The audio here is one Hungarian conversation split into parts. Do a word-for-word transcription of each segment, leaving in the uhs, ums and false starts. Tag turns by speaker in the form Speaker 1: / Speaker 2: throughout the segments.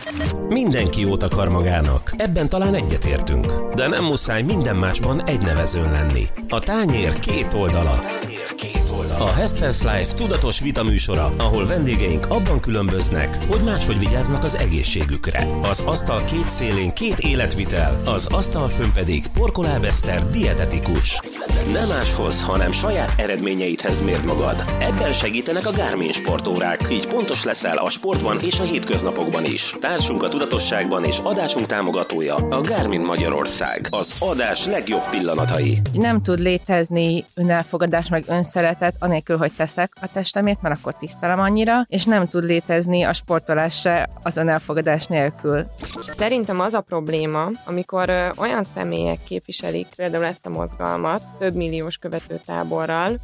Speaker 1: Mindenki jót akar magának, ebben talán egyetértünk, de nem muszáj minden másban egy nevezőn lenni. A tányér két oldala. A Hester's Life tudatos vitaműsora, ahol vendégeink abban különböznek, hogy máshogy vigyáznak az egészségükre. Az asztal két szélén két életvitel, az asztalfön pedig Porkoláb Eszter dietetikus. Nem máshoz, hanem saját eredményeidhez mérd magad. Ebben segítenek a Garmin sportórák, így pontos leszel a sportban és a hétköznapokban is. Társunk a tudatosságban és adásunk támogatója a Garmin Magyarország. Az adás legjobb pillanatai.
Speaker 2: Nem tud létezni önelfogadás meg önszeretet anélkül, hogy teszek a testemért, mert akkor tisztelem annyira, és nem tud létezni a sportolás se az önelfogadás nélkül.
Speaker 3: Szerintem az a probléma, amikor ö, olyan személyek képviselik például ezt a mozgalmat több milliós követőtáborral,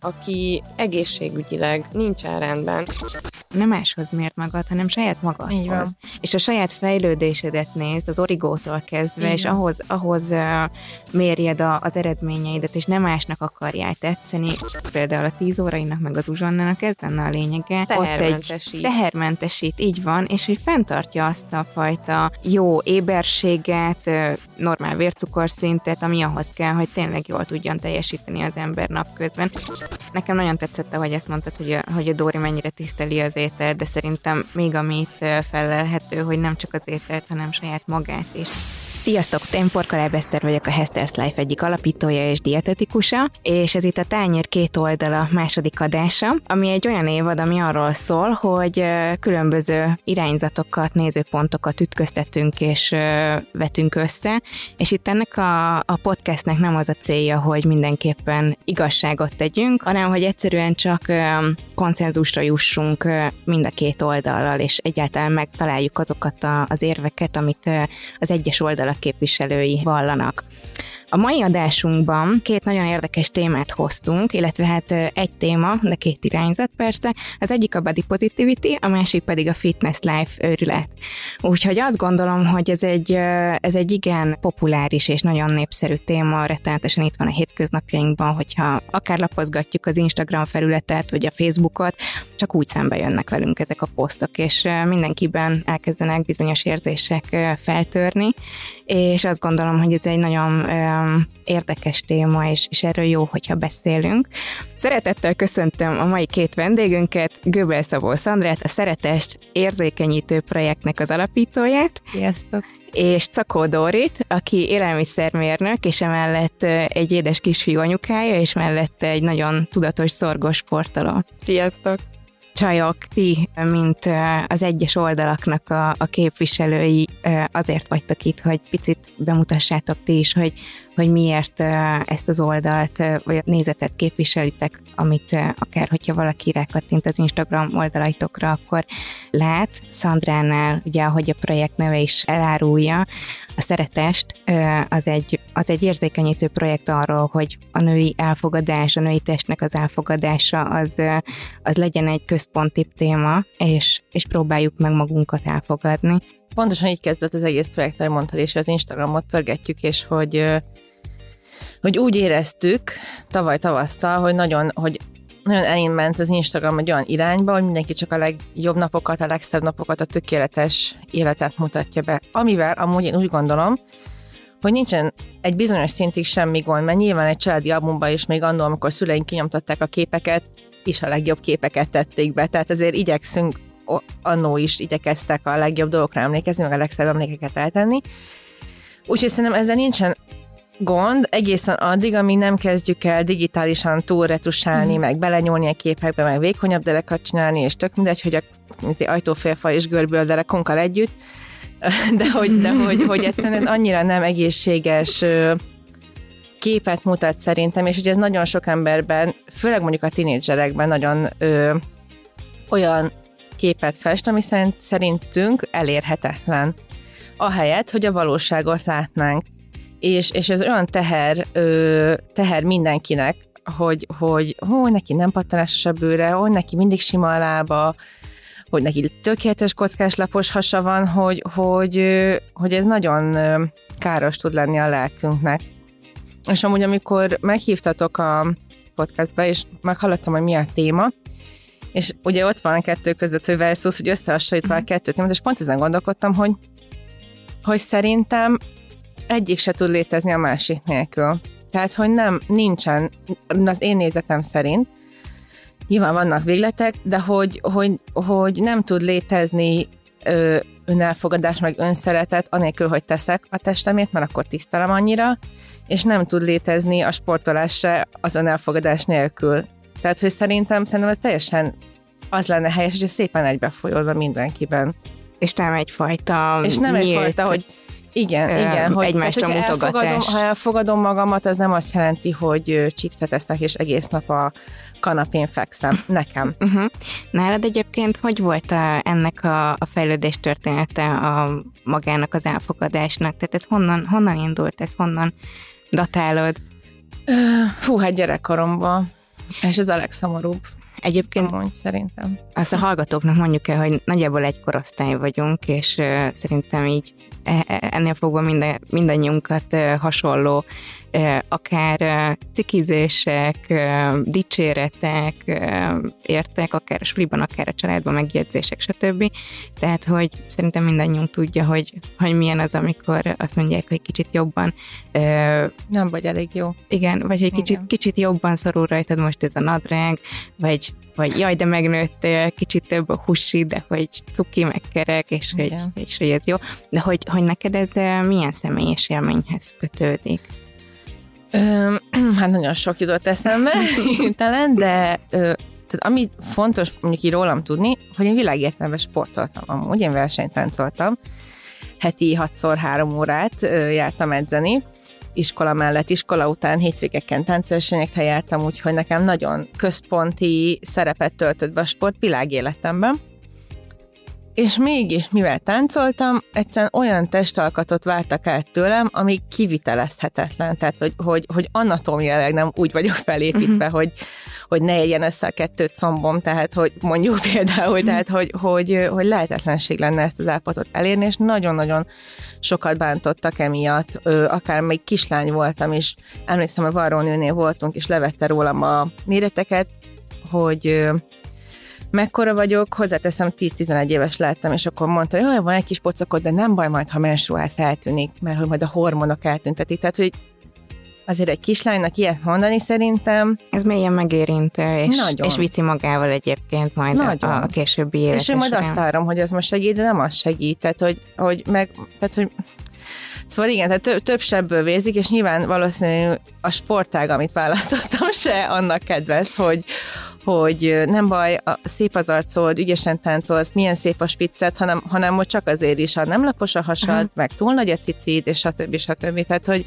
Speaker 3: aki egészségügyileg nincsen rendben.
Speaker 4: Nem máshoz mérd magad, hanem saját magadhoz. És a saját fejlődésedet nézd, az origótól kezdve, igen. És ahhoz, ahhoz uh, mérjed a, az eredményeidet, és nem másnak akarjál tetszeni. Például a tíz órainak, meg az uzsonnának ez lenne a lényege.
Speaker 3: Tehermentesít.
Speaker 4: Ott egy tehermentesít, így van, és hogy fenntartja azt a fajta jó éberséget, uh, normál vércukorszintet, ami ahhoz kell, hogy tényleg jól tudjon teljesíteni az ember napközben. Nekem nagyon tetszett, ahogy ezt mondtad, hogy a, hogy a Dóri mennyire tiszteli az ételt, de szerintem még amit felelhető, hogy nem csak az ételt, hanem saját magát is. Sziasztok! Én Porkoláb Eszter vagyok, a Hester's Life egyik alapítója és dietetikusa, és ez itt a Tányér két oldala második adása, ami egy olyan évad, ami arról szól, hogy különböző irányzatokat, nézőpontokat ütköztetünk és vetünk össze, és itt ennek a, a podcastnek nem az a célja, hogy mindenképpen igazságot tegyünk, hanem hogy egyszerűen csak konszenzusra jussunk mind a két oldallal, és egyáltalán megtaláljuk azokat a, az érveket, amit az egyes oldalak képviselői vallanak. A mai adásunkban két nagyon érdekes témát hoztunk, illetve hát egy téma, de két irányzat persze. Az egyik a body positivity, a másik pedig a fitness life őrület. Úgyhogy azt gondolom, hogy ez egy, ez egy igen populáris és nagyon népszerű téma, rettenetesen itt van a hétköznapjainkban, hogyha akár lapozgatjuk az Instagram felületet, vagy a Facebookot, csak úgy szembe jönnek velünk ezek a posztok, és mindenkiben elkezdenek bizonyos érzések feltörni, és azt gondolom, hogy ez egy nagyon érdekes téma, és, és erről jó, hogyha beszélünk. Szeretettel köszöntöm a mai két vendégünket, Göbel Szabó Szandrát, a Szeretest érzékenyítő projektnek az alapítóját.
Speaker 2: Sziasztok!
Speaker 4: És Czakó Dórit, aki élelmiszermérnök, és emellett egy édes kisfiú anyukája, és mellett egy nagyon tudatos, szorgos sportoló.
Speaker 3: Sziasztok!
Speaker 4: Csajok, ti, mint az egyes oldalaknak a, a képviselői, azért vagytok itt, hogy picit bemutassátok ti is, hogy, hogy miért ezt az oldalt, vagy a nézetet képviselitek, amit akár, hogyha valaki rákattint az Instagram oldalaitokra, akkor lát. Szandránál, ugye, ahogy a projekt neve is elárulja, a Szeretest az egy, az egy érzékenyítő projekt arról, hogy a női elfogadás, a női testnek az elfogadása az, az legyen egy központi téma, és, és próbáljuk meg magunkat elfogadni.
Speaker 2: Pontosan így kezdett az egész projekt, ahogy mondtad, és az Instagramot pörgetjük, és hogy, hogy úgy éreztük tavaly tavasszal, hogy nagyon, hogy nagyon elment az Instagram egy olyan irányba, hogy mindenki csak a legjobb napokat, a legszebb napokat, a tökéletes életet mutatja be. Amivel amúgy én úgy gondolom, hogy nincsen egy bizonyos szintig semmi gond, mert nyilván egy családi albumban is még annól, amikor szüleink kinyomtatták a képeket, is a legjobb képeket tették be. Tehát azért igyekszünk, annó is igyekeztek a legjobb dolgokra emlékezni, meg a legszebb emlékeket eltenni. Úgyhogy szerintem ezzel nincsen gond, egészen addig, amíg nem kezdjük el digitálisan túlretusálni, mm. meg belenyúlni a képekbe, meg vékonyabb derekat csinálni, és tök mindegy, hogy a ajtófélfa és görbül a derekunkkal együtt, de, hogy, de hogy, hogy egyszerűen ez annyira nem egészséges képet mutat szerintem, és ugye ez nagyon sok emberben, főleg mondjuk a tínédzserekben nagyon ö, olyan képet fest, ami szerintünk elérhetetlen. Ahelyett, hogy a valóságot látnánk. És, és ez olyan teher, ö, teher mindenkinek, hogy, hogy hó, neki nem pattanásos a bőre, hogy neki mindig sima a lába, hogy neki tökéletes kockáslapos hasa van, hogy, hogy, hogy ez nagyon káros tud lenni a lelkünknek. És amúgy, amikor meghívtatok a podcastba, és meghallottam, hogy mi a téma, És ugye ott van a kettő között, hogy versus, hogy összehasonlítva a kettőt, és pont ezen gondolkodtam, hogy, hogy szerintem egyik se tud létezni a másik nélkül. Tehát, hogy nem, nincsen, az én nézetem szerint, nyilván vannak végletek, de hogy, hogy, hogy nem tud létezni ö, önelfogadás, meg önszeretet, anélkül, hogy teszek a testemért, mert akkor tisztelem annyira, és nem tud létezni a sportolás se az önelfogadás nélkül. Tehát, hogy szerintem, szerintem ez teljesen az lenne helyes, hogy szépen egybefolyódva mindenkiben.
Speaker 4: És nem egyfajta
Speaker 2: És nem
Speaker 4: nyílt,
Speaker 2: egyfajta, hogy igen,
Speaker 4: ö,
Speaker 2: igen, hogy
Speaker 4: egymásra
Speaker 2: tehát,
Speaker 4: mutogatás.
Speaker 2: Ha elfogadom magamat, az nem azt jelenti, hogy chipset eszek, és egész nap a kanapén fekszem. Nekem.
Speaker 4: Uh-huh. Nálad egyébként hogy volt a, ennek a, a fejlődés története a magának az elfogadásnak? Tehát ez honnan, honnan indult, ez honnan datálod?
Speaker 2: Fú, hát gyerekkoromban. És ez a legszomorúbb.
Speaker 4: Egyébként
Speaker 2: amúgy, szerintem.
Speaker 4: Azt a hallgatóknak mondjuk el, hogy nagyjából egy korosztály vagyunk, és uh, szerintem így ennél fogva minden, mindannyiunkat uh, hasonló, uh, akár uh, cikizések, uh, dicséretek uh, értek, akár a suliban, akár a családban megjegyzések, stb. Tehát, hogy szerintem mindannyiunk tudja, hogy, hogy milyen az, amikor azt mondják, hogy kicsit jobban... Uh,
Speaker 2: Nem vagy elég jó.
Speaker 4: Igen, vagy hogy kicsit, kicsit jobban szorul rajtad most ez a nadrág, vagy vagy jaj, de megnőttél, kicsit több a husi, de hogy cuki, meg kerek, és hogy, és hogy ez jó. De hogy, hogy neked ez milyen személyes élményhez kötődik?
Speaker 2: Ö, hát nagyon sok jutott eszembe, talán, de ö, tehát ami fontos mondjuk így rólam tudni, hogy én világértelemben sportoltam amúgy, én versenytáncoltam. Heti hatszor három órát ö, jártam edzeni, iskola mellett, iskola után hétvégeken táncversenyekre jártam, úgyhogy nekem nagyon központi szerepet töltött be a sport világéletemben. És mégis, mivel táncoltam, egyszerűen olyan testalkatot vártak el tőlem, ami kivitelezhetetlen. Tehát, hogy, hogy, hogy anatómiailag nem úgy vagyok felépítve, uh-huh. hogy, hogy ne érjen össze a kettőt combom, tehát, hogy mondjuk például, uh-huh. tehát, hogy, hogy, hogy lehetetlenség lenne ezt az állapotot elérni, és nagyon-nagyon sokat bántottak emiatt. Akár még kislány voltam, és emlékszem, hogy varrónőnél voltunk, és levette rólam a méreteket, hogy mekkora vagyok, hozzáteszem, tíz-tizenegy éves lettem, és akkor mondta, hogy jaj, van egy kis pocakod, de nem baj, majd ha menstruálsz eltűnik, mert hogy majd a hormonok eltüntetik. Tehát, hogy azért egy kislánynak ilyet mondani szerintem...
Speaker 4: Ez mélyen megérintő, és, és viszi magával egyébként majd a, a későbbi életes.
Speaker 2: És én majd azt várom, hogy az most segít, de nem az segít. Tehát, hogy, hogy meg... Tehát, hogy Szóval igen, tehát több, több sebből vérzik, és nyilván valószínűleg a sportág, amit választottam, se annak kedvez, hogy, hogy nem baj, a, szép az arcod, ügyesen táncolsz, milyen szép a spiccet, hanem, hanem hogy csak azért is, ha nem lapos a hasad, uh-huh. meg túl nagy a cicid, és stb. stb. Tehát, hogy,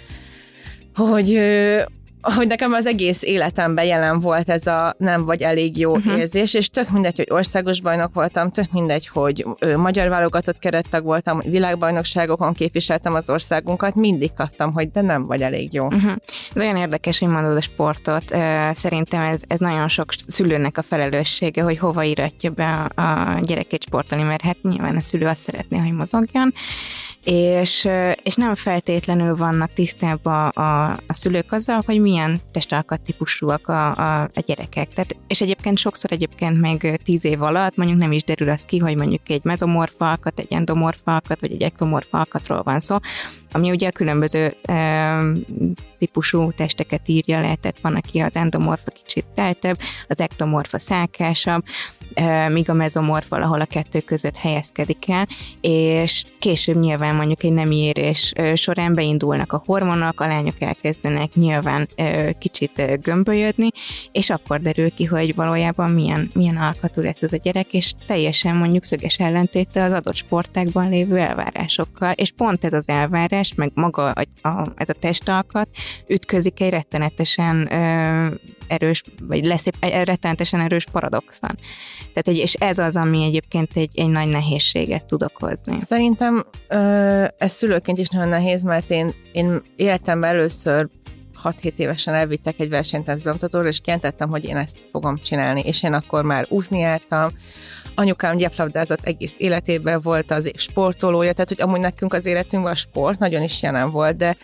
Speaker 2: hogy, hogy nekem az egész életemben jelen volt ez a nem vagy elég jó uh-huh. érzés, és tök mindegy, hogy országos bajnok voltam, tök mindegy, hogy ö, magyar válogatott kerettag voltam, hogy világbajnokságokon képviseltem az országunkat, mindig kaptam, hogy de nem vagy elég jó.
Speaker 4: Uh-huh. Ez olyan érdekes, hogy mondod a sportot. Szerintem ez, ez nagyon sok szülőnek a felelőssége, hogy hova íratja be a, a gyerekét sportolni, mert hát nyilván a szülő azt szeretné, hogy mozogjon, és, és nem feltétlenül vannak tisztában a, a szülők azzal, hogy milyen testalkat típusúak a, a, a gyerekek. Tehát, és egyébként sokszor egyébként még tíz év alatt mondjuk nem is derül az ki, hogy mondjuk egy mezomorfa alkat, egy endomorfa alkat, vagy egy ektomorfa alkatról van szó, ami ugye a különböző e, típusú testeket írja le, tehát van, aki az endomorfa kicsit teltebb, az ektomorfa szálkásabb, e, míg a mezomorfa valahol a kettő között helyezkedik el, és később nyilván mondjuk egy nemi érés során beindulnak a hormonok, a lányok elkezdenek nyilván e, kicsit gömbölyödni, és akkor derül ki, hogy valójában milyen, milyen alkatú lesz ez a gyerek, és teljesen mondjuk szöges ellentéttel az adott sportágban lévő elvárásokkal, és pont ez az elvárás, meg maga a, a, ez a testalkat ütközik egy rettenetesen ö, erős, vagy lesz egy rettenetesen erős paradoxon. Tehát, egy, és ez az, ami egyébként egy, egy nagy nehézséget tud okozni.
Speaker 2: Szerintem ö, ez szülőként is nagyon nehéz, mert én, én életemben először hat-hét évesen elvittek egy versenytánc bemutatóra, és kijelentettem, hogy én ezt fogom csinálni. És én akkor már úszni jártam, anyukám gyeplabdázott egész életében, volt az sportolója, tehát hogy amúgy nekünk az életünkben a sport nagyon is jelen volt, de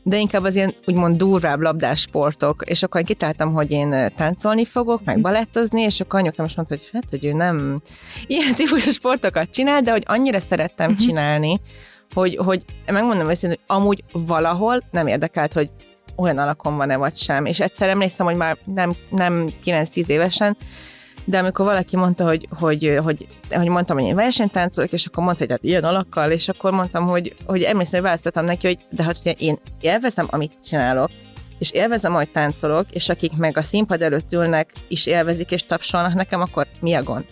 Speaker 2: de inkább az ilyen úgymond durvább labdás sportok, és akkor kitáltam, hogy én táncolni fogok, meg balettozni, és akkor anyukám is mondta, hogy hát, hogy ő nem ilyen típusú sportokat csinál, de hogy annyira szerettem uh-huh. csinálni, hogy, hogy megmondom őszintén, hogy amúgy valahol nem érdekelt, hogy olyan alakon van-e vagy sem, és egyszer emlékszem, hogy már nem, nem kilenc-tíz évesen, de amikor valaki mondta, hogy, hogy, hogy, hogy mondtam, hogy én versenytáncolok, és akkor mondta, hogy hát ilyen alakkal, és akkor mondtam, hogy, hogy emlékszem, hogy választottam neki, hogy de hát, hogy én élvezem, amit csinálok, és élvezem, ahogy táncolok, és akik meg a színpad előtt ülnek, is élvezik, és tapsolnak nekem, akkor mi a gond?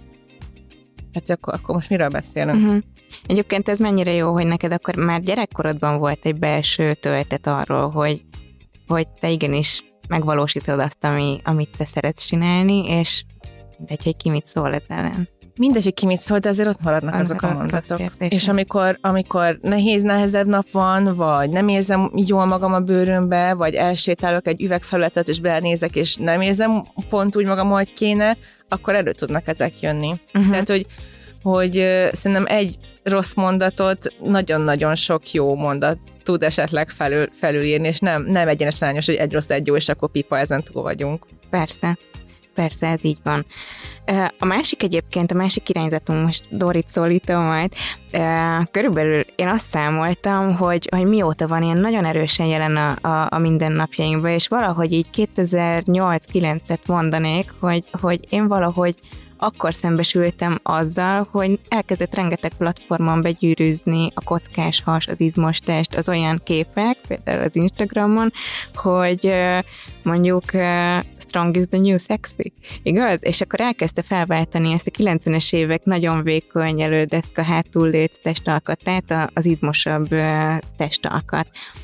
Speaker 2: Hát akkor, akkor most miről beszélünk?
Speaker 4: Uh-huh. Egyébként ez mennyire jó, hogy neked akkor már gyerekkorodban volt egy belső töltet arról, hogy, hogy te igenis megvalósítod azt, ami, amit te szeretsz csinálni, és mindegy, hogy ki mit szól ez ellen.
Speaker 2: Mindegy, hogy ki mit szól, de azért ott maradnak
Speaker 4: Az
Speaker 2: azok a mondatok.
Speaker 4: És
Speaker 2: amikor, amikor nehéz, nehezebb nap van, vagy nem érzem jól magam a bőrömbe, vagy elsétálok egy üvegfelületet, és belenézek, és nem érzem pont úgy magam, ahogy kéne, akkor elő tudnak ezek jönni. Uh-huh. Tehát, hogy, hogy szerintem egy rossz mondatot nagyon-nagyon sok jó mondat tud esetleg felül, felülírni, és nem, nem egyenes arányos, hogy egy rossz, egy jó, és akkor pipa, ezen túl vagyunk.
Speaker 4: Persze. Persze, ez így van. A másik egyébként, a másik irányzatunk, most Dorit szólítom majd, körülbelül én azt számoltam, hogy, hogy mióta van ilyen nagyon erősen jelen a, a, a mindennapjainkban, és valahogy így kétezer-nyolc-kilencet mondanék, hogy, hogy én valahogy akkor szembesültem azzal, hogy elkezdett rengeteg platformon begyűrűzni a kockás has, az izmos test, az olyan képek, például az Instagramon, hogy mondjuk strong is the new sexy, igaz? És akkor elkezdte felváltani ezt a kilencvenes évek nagyon vékony elődeszka hátullét testalkatát, az izmosabb testalkat.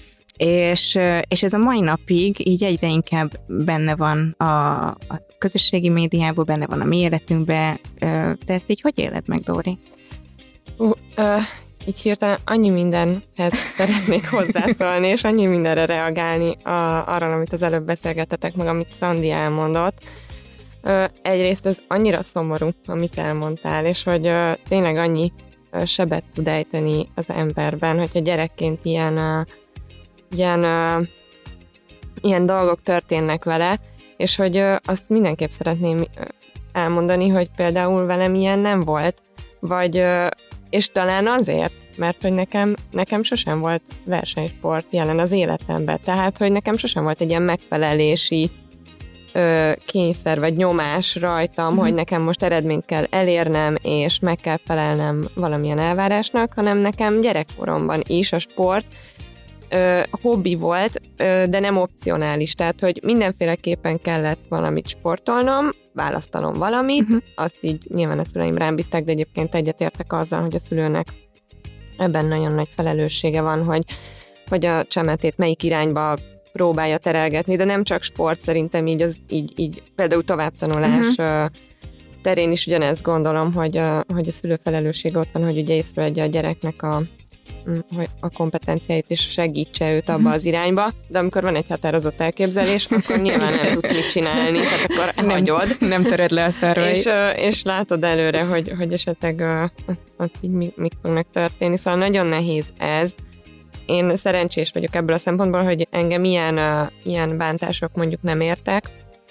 Speaker 4: És, és ez a mai napig így egyre inkább benne van a, a közösségi médiában, benne van a mi életünkben. Te ezt így hogy éled meg, Dóri?
Speaker 3: Uh, uh, így hirtelen annyi mindenhez szeretnék hozzászólni, és annyi mindenre reagálni a, arra, amit az előbb beszélgettetek, meg amit Szandi elmondott. Uh, egyrészt ez annyira szomorú, amit elmondtál, és hogy uh, tényleg annyi uh, sebet tud ejteni az emberben, hogyha gyerekként ilyen uh, Ilyen, uh, ilyen dolgok történnek vele, és hogy uh, azt mindenképp szeretném uh, elmondani, hogy például velem ilyen nem volt, vagy, uh, és talán azért, mert hogy nekem, nekem sosem volt versenysport jelen az életemben, tehát, hogy nekem sosem volt egy ilyen megfelelési uh, kényszer, vagy nyomás rajtam, mm. hogy nekem most eredményt kell elérnem, és meg kell felelnem valamilyen elvárásnak, hanem nekem gyerekkoromban is a sport Ö, hobbi volt, ö, de nem opcionális, tehát, hogy mindenféleképpen kellett valamit sportolnom, választanom valamit, uh-huh. azt így nyilván a szüleim rám bízták, de egyébként egyetértek azzal, hogy a szülőnek ebben nagyon nagy felelőssége van, hogy, hogy a csemetét melyik irányba próbálja terelgetni, de nem csak sport, szerintem így, az, így, így például továbbtanulás uh-huh. terén is ugyanezt gondolom, hogy a, hogy a szülő felelőssége ott van, hogy ugye észrevegye a gyereknek a hogy a kompetenciáit is segítse őt abba az irányba, de amikor van egy határozott elképzelés, akkor nyilván nem tudsz mit csinálni, tehát akkor
Speaker 4: nem,
Speaker 3: hagyod.
Speaker 4: Nem töröd le a szarvait.
Speaker 3: És, és látod előre, hogy, hogy esetleg ott így mik, mik fognak történni, szóval nagyon nehéz ez. Én szerencsés vagyok ebből a szempontból, hogy engem ilyen, uh, ilyen bántások mondjuk nem értek.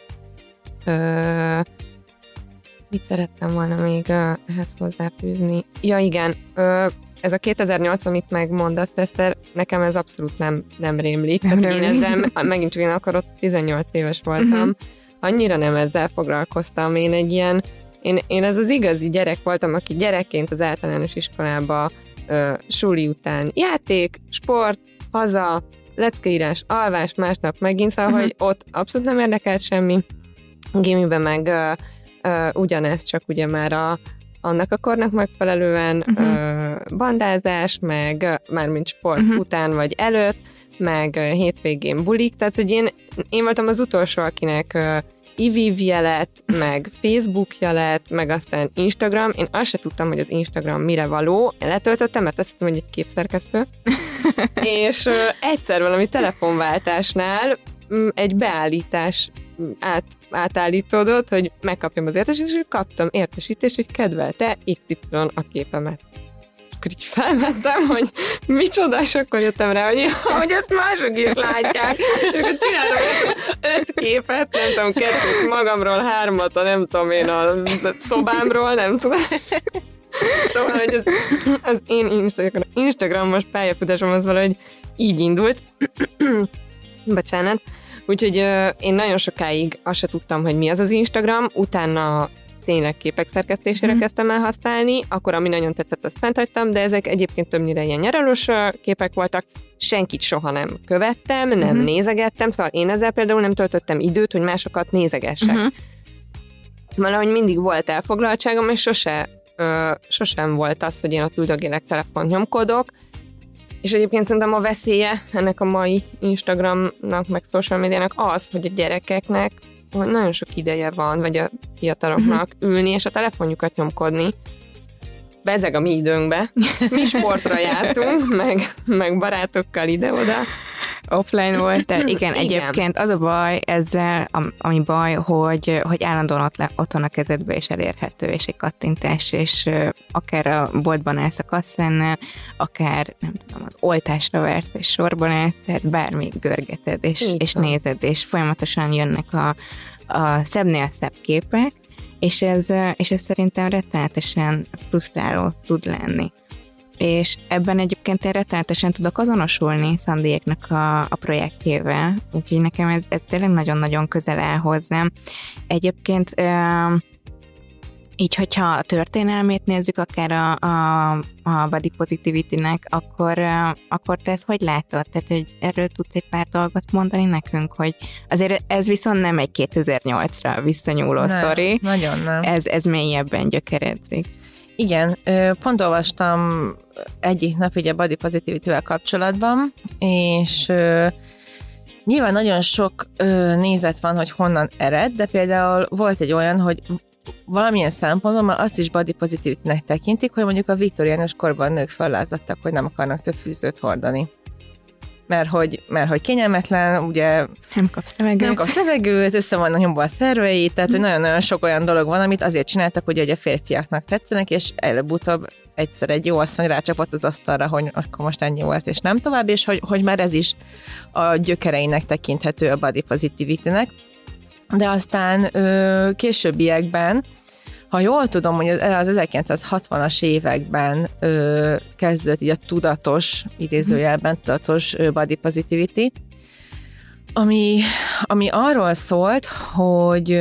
Speaker 3: Uh, mit szerettem volna még uh, ehhez hozzáfűzni? Ja igen, uh, ez a kétezer-nyolc, amit megmondasz, Eszter, nekem ez abszolút nem, nem rémlik. Nem Tehát rémlik. Én ezzel, megint csak én akkor ott tizennyolc éves voltam, uh-huh. annyira nem ezzel foglalkoztam. Én egy ilyen, én, én ez az igazi gyerek voltam, aki gyerekként az általános iskolába ö, suli után játék, sport, haza, leckeírás, alvás, másnap megint, szóval, uh-huh. hogy ott abszolút nem érdekelt semmi. Gimiben meg ö, ö, ugyanez, csak ugye már a annak a kornak megfelelően uh-huh. ö, bandázás, meg mármint sport uh-huh. után vagy előtt, meg ö, hétvégén bulik, tehát hogy én, én voltam az utolsó, akinek ö, i vé vé-je lett, meg Facebookja lett, meg aztán Instagram. Én azt se tudtam, hogy az Instagram mire való. Én letöltöttem, mert azt hittem, hogy egy képszerkesztő. És ö, egyszer valami telefonváltásnál m, egy beállítás át, átállítódott, hogy megkapjam az értesítést, és kaptam értesítést, hogy kedvelte iksz ipszilon a képemet. akkor így felvettem, hogy micsoda, és akkor jöttem rá, hogy, hogy ezt mások is látják. És akkor csináltam öt képet, nem tudom, kettőt magamról, hármat, a nem tudom én, a szobámról, nem tudom. Szóval, hogy az, az én Instagram, Instagramos pályafutásom az valahogy így indult. Bocsánat. Úgyhogy uh, én nagyon sokáig azt se tudtam, hogy mi az az Instagram, utána tényleg képek szerkesztésére mm. kezdtem el használni, akkor ami nagyon tetszett, azt fennhagytam, de ezek egyébként többnyire ilyen nyaralós képek voltak, senkit soha nem követtem, nem mm. nézegettem, szóval én ezzel például nem töltöttem időt, hogy másokat nézegessek. Mm. Valahogy mindig volt elfoglaltságom, és sose, ö, sosem volt az, hogy én ott üldögélek, telefon nyomkodok, és egyébként szerintem a veszélye ennek a mai Instagramnak, meg social médiának az, hogy a gyerekeknek hogy nagyon sok ideje van, vagy a fiataloknak ülni, és a telefonjukat nyomkodni. Bezeg a mi időnkbe. Mi sportra jártunk, meg, meg barátokkal ide-oda.
Speaker 4: Offline volt, de igen, igen, egyébként az a baj ezzel, ami baj, hogy, hogy állandóan ott, le, ott van a kezedbe, és elérhető, és egy kattintás, és akár a boltban állsz a kasszánál, akár, nem tudom, az oltásra vársz, és sorban állsz, tehát bármi görgeted, és, és nézed, és folyamatosan jönnek a, a szebbnél szebb képek, és ez, és ez szerintem rettenetesen frusztráló tud lenni. És ebben egyébként én rettenetesen tudok azonosulni Szandiéknak a, a projektjével, úgyhogy nekem ez, ez tényleg nagyon-nagyon közel áll hozzám. Egyébként így, hogyha a történelmét nézzük, akár a, a, a body positivity-nek, akkor, akkor te ezt hogy látod? Tehát, hogy erről tudsz egy pár dolgot mondani nekünk, hogy azért ez viszont nem egy kétezer-nyolcra visszanyúló nem, sztori.
Speaker 2: Nagyon nem.
Speaker 4: Ez, ez mélyebben gyökeredzik.
Speaker 2: Igen, pont olvastam egyik nap így a body positivity-vel kapcsolatban, és nyilván nagyon sok nézet van, hogy honnan ered, de például volt egy olyan, hogy valamilyen szempontból már azt is body positivity-nek tekintik, hogy mondjuk a viktoriánus korban nők fellázadtak, hogy nem akarnak több fűzőt hordani. Mert hogy, mert hogy kényelmetlen, ugye
Speaker 4: nem kapsz levegőt,
Speaker 2: nem kapsz levegőt, össze vannak nyomva a szerveit, tehát hogy nagyon-nagyon sok olyan dolog van, amit azért csináltak, ugye, hogy a férfiaknak tetszenek, és előbb-utóbb egyszer egy jó asszony rácsapott az asztalra, hogy akkor most ennyi volt, és nem tovább, és hogy, hogy már ez is a gyökereinek tekinthető a body positivity-nek. De aztán ö, későbbiekben, ha jól tudom, hogy az ezerkilencszázhatvanas években ö, kezdődött így a tudatos, idézőjelben tudatos body positivity, ami, ami arról szólt, hogy,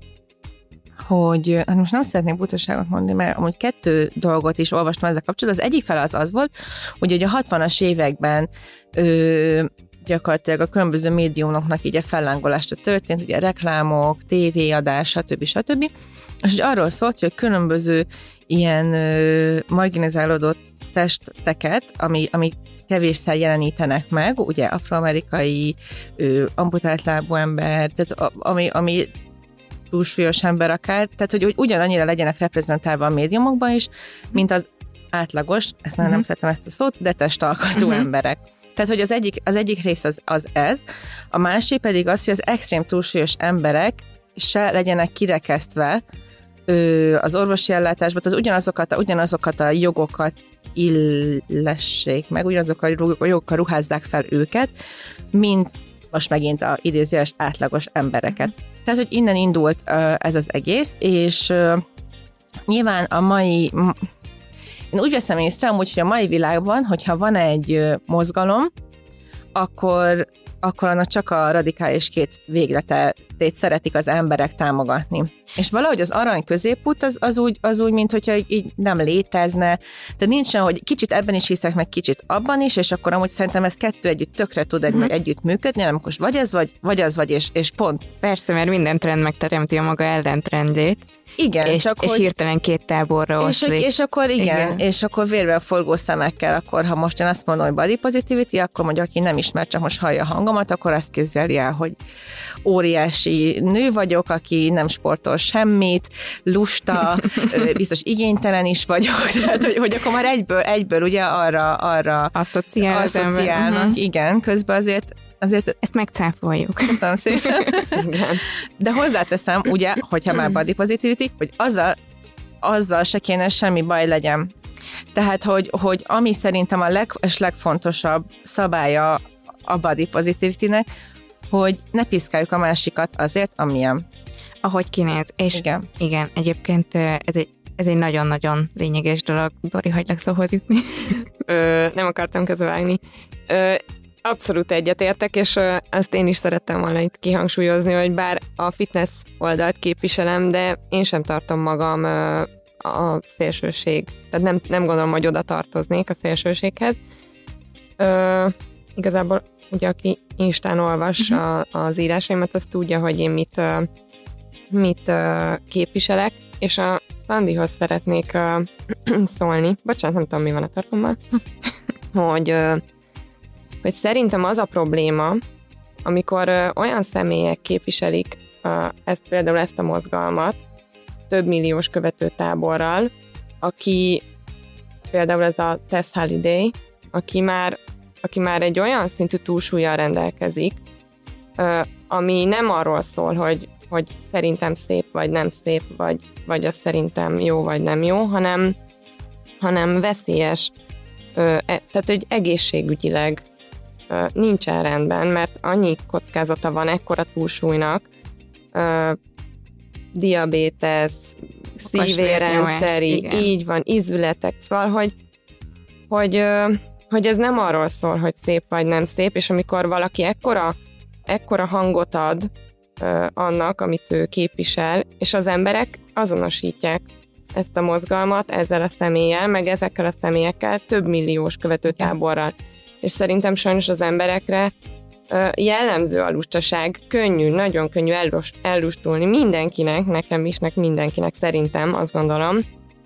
Speaker 2: hogy hát most nem szeretnék butaságot mondani, mert amúgy kettő dolgot is olvastam ezzel kapcsolatban. Az egyik fel az az volt, hogy ugye a hatvanas években ö, gyakorlatilag a különböző médiumoknak így a fellángolása történt, ugye reklámok, tévéadás, stb. stb. És hogy arról szólt, hogy különböző ilyen ö, marginalizálódott testeket, ami, ami kevésszer jelenítenek meg, ugye afroamerikai, ö, amputált lábú ember, tehát ami, ami túlsúlyos ember akár, tehát hogy, hogy ugyanannyira legyenek reprezentálva a médiumokban is, mint az átlagos, ezt nem, nem szeretem ezt a szót, de testalkatú uh-huh. emberek. Tehát, hogy az egyik, az egyik rész az, az ez, a másik pedig az, hogy az extrém túlsúlyos emberek se legyenek kirekesztve ö, az orvosi ellátásban, tehát ugyanazokat a, ugyanazokat a jogokat illessék meg, ugyanazokkal a jogokkal ruházzák fel őket, mint most megint a idézőjeles átlagos embereket. Tehát, hogy innen indult ö, ez az egész, és ö, nyilván a mai... Én úgy veszem észre, amúgy, hogy a mai világban, hogyha van egy mozgalom, akkor, akkor annak csak a radikális két végletét szeretik az emberek támogatni. És valahogy az arany középút az, az, úgy, az úgy, mint hogyha így nem létezne. Tehát nincsen, hogy kicsit ebben is hiszek, meg kicsit abban is, és akkor amúgy szerintem ez kettő együtt tökre tud egy, mm. együtt működni, nem most vagy ez vagy, vagy az vagy, és, és pont.
Speaker 4: Persze, mert minden trend megteremti a maga ellentrendjét.
Speaker 2: Igen,
Speaker 4: és,
Speaker 2: csak
Speaker 4: és
Speaker 2: hogy...
Speaker 4: hirtelen két táborra oszlik.
Speaker 2: És, és akkor igen, igen, és akkor vérvel forgó szemekkel, akkor ha most én azt mondom, hogy body positivity, akkor mondjuk, aki nem ismer, csak most hallja a hangomat, akkor azt képzeli el, hogy óriási nő vagyok, aki nem sportol semmit, lusta, biztos igénytelen is vagyok, tehát hogy, hogy akkor már egyből, egyből ugye arra, arra
Speaker 4: asszociál
Speaker 2: asszociálnak, uh-huh. igen, közben azért Azért
Speaker 4: ezt megcáfoljuk.
Speaker 2: Köszönöm szépen. De hozzáteszem, ugye, hogyha már body positivity, hogy azzal, azzal se kéne semmi baj legyen. Tehát, hogy, hogy ami szerintem a leg, legfontosabb szabálya a body positivity-nek, hogy ne piszkáljuk a másikat azért, amilyen.
Speaker 4: Ahogy kinéz. És
Speaker 2: igen,
Speaker 4: igen egyébként ez egy, ez egy nagyon-nagyon lényeges dolog. Dori, hagylak szóhoz jutni.
Speaker 3: Ö, nem akartam közbevágni. Ö, abszolút egyetértek, és ö, azt én is szerettem volna itt kihangsúlyozni, hogy bár a fitness oldalt képviselem, de én sem tartom magam ö, a szélsőség. Tehát nem, nem gondolom, hogy oda tartoznék a szélsőséghez. Ö, igazából ugye, aki Instán olvas uh-huh. a, az írásaimat, az tudja, hogy én mit, ö, mit ö, képviselek, és a Sandihoz szeretnék ö, szólni. Bocsánat, nem tudom, mi van a tarkommal. hogy, ö, hogy szerintem az a probléma, amikor ö, olyan személyek képviselik ö, ezt, például ezt a mozgalmat, több milliós követőtáborral, aki például ez a Tess Holiday, aki már, aki már egy olyan szintű túlsúllyal rendelkezik, ami nem arról szól, hogy, hogy szerintem szép, vagy nem szép, vagy, vagy az szerintem jó, vagy nem jó, hanem, hanem veszélyes, tehát hogy egészségügyileg nincsen rendben, mert annyi kockázata van ekkora túlsúlynak, diabétesz, szívérrendszeri, így van, ízületek, szóval, hogy, hogy, hogy ez nem arról szól, hogy szép vagy nem szép, és amikor valaki ekkora, ekkora hangot ad annak, amit ő képvisel, és az emberek azonosítják ezt a mozgalmat ezzel a személlyel, meg ezekkel a személyekkel több milliós követőtáborral. És szerintem sajnos az emberekre jellemző a lustaság, könnyű, nagyon könnyű ellust, ellustulni mindenkinek, nekem is, nek mindenkinek szerintem, azt gondolom,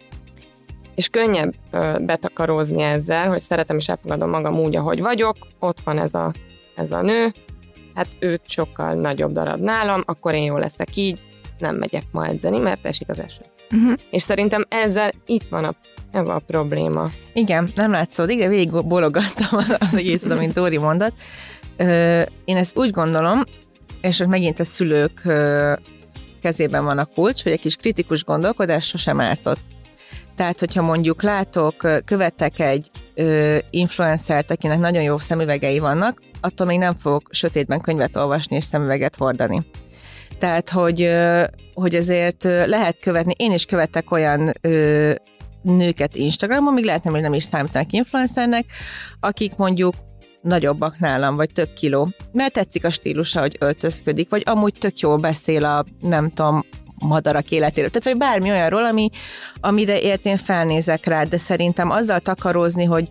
Speaker 3: és könnyebb betakarózni ezzel, hogy szeretem és elfogadom magam úgy, ahogy vagyok, ott van ez a, ez a nő, hát őt sokkal nagyobb darab nálam, akkor én jól leszek így, nem megyek ma edzeni, mert esik az eső. Uh-huh. És szerintem ezzel itt van a, ebben a probléma.
Speaker 2: Igen, nem látszódik, de végig bólogattam az egészet, amit Dóri mondott. Én ezt úgy gondolom, és hogy megint a szülők kezében van a kulcs, hogy egy kis kritikus gondolkodás sosem ártott. Tehát, hogyha mondjuk látok, követek egy influencert, akinek nagyon jó szemüvegei vannak, attól még nem fogok sötétben könyvet olvasni és szemüveget hordani. Tehát, hogy, hogy ezért lehet követni, én is követek olyan nőket Instagramon, még lehetne, hogy nem is számítanak influencernek, akik mondjuk nagyobbak nálam, vagy több kiló, mert tetszik a stílusa, hogy öltözködik, vagy amúgy tök jól beszél a, nem tudom, madarak életéről. Tehát, vagy bármi olyanról, ami, amire ért én felnézek rá, de szerintem azzal takarózni, hogy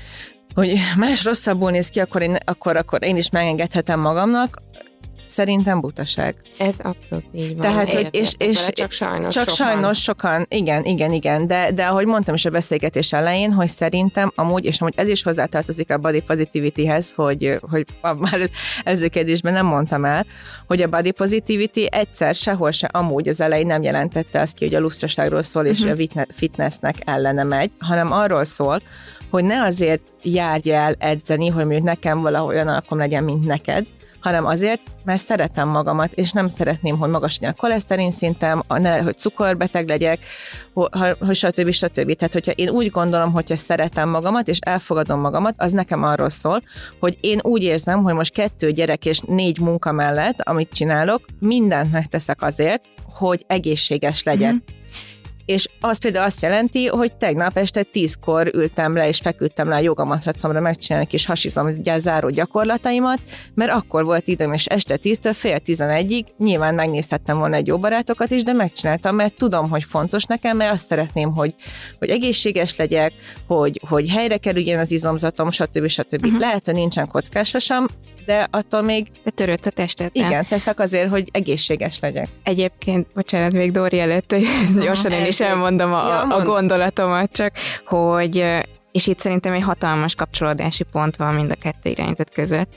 Speaker 2: hogy más rosszabbul néz ki, akkor én, akkor, akkor én is megengedhetem magamnak, szerintem butaság.
Speaker 3: Ez abszolút így van.
Speaker 2: Tehát, hogy és, és
Speaker 3: csak sajnos
Speaker 2: csak
Speaker 3: sokan.
Speaker 2: sajnos sokan, igen, igen, igen, de, de ahogy mondtam is a beszélgetés elején, hogy szerintem amúgy, és amúgy ez is hozzátartozik a body positivityhez, hogy, hogy már előzőkedésben nem mondtam el, hogy a body positivity egyszer sehol se amúgy az elején nem jelentette azt ki, hogy a lusztraságról szól, és uh-huh. a fitnessnek ellene megy, hanem arról szól, hogy ne azért járj el edzeni, hogy mondjuk nekem valahol olyan alakom legyen, mint neked, hanem azért, mert szeretem magamat, és nem szeretném, hogy magas legyen a koleszterin szintem, ne, hogy cukorbeteg legyek, hogy stb. stb. Tehát, hogyha én úgy gondolom, hogyha szeretem magamat, és elfogadom magamat, az nekem arról szól, hogy én úgy érzem, hogy most kettő gyerek és négy munka mellett, amit csinálok, mindent megteszek azért, hogy egészséges legyek. Mm-hmm. És az például azt jelenti, hogy tegnap este tízkor ültem le, és feküdtem le a jogamatracomra megcsinálni kis hasizom, ugye záró gyakorlataimat, mert akkor volt időm, és este tíztől fél tizenegyig nyilván megnézhettem volna egy jó barátokat is, de megcsináltam, mert tudom, hogy fontos nekem, mert azt szeretném, hogy, hogy egészséges legyek, hogy, hogy helyre kerüljen az izomzatom, stb. stb. Uh-huh. Lehet, hogy nincsen kockásosan, de attól még...
Speaker 4: De törődsz a testet.
Speaker 2: Igen, teszek azért, hogy egészséges legyek.
Speaker 4: Egyébként, bocsánat, még Dóri előtt, gyorsan én is elmondom a, ja, a gondolatomat csak, hogy, és itt szerintem egy hatalmas kapcsolódási pont van mind a kettő irányzat között,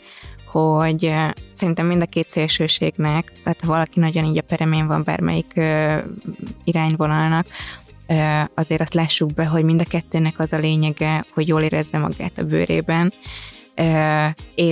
Speaker 4: hogy szerintem mind a két szélsőségnek, tehát ha valaki nagyon így a peremén van bármelyik uh, irányvonalnak, uh, azért azt lássuk be, hogy mind a kettőnek az a lényege, hogy jól érezze magát a bőrében, uh, és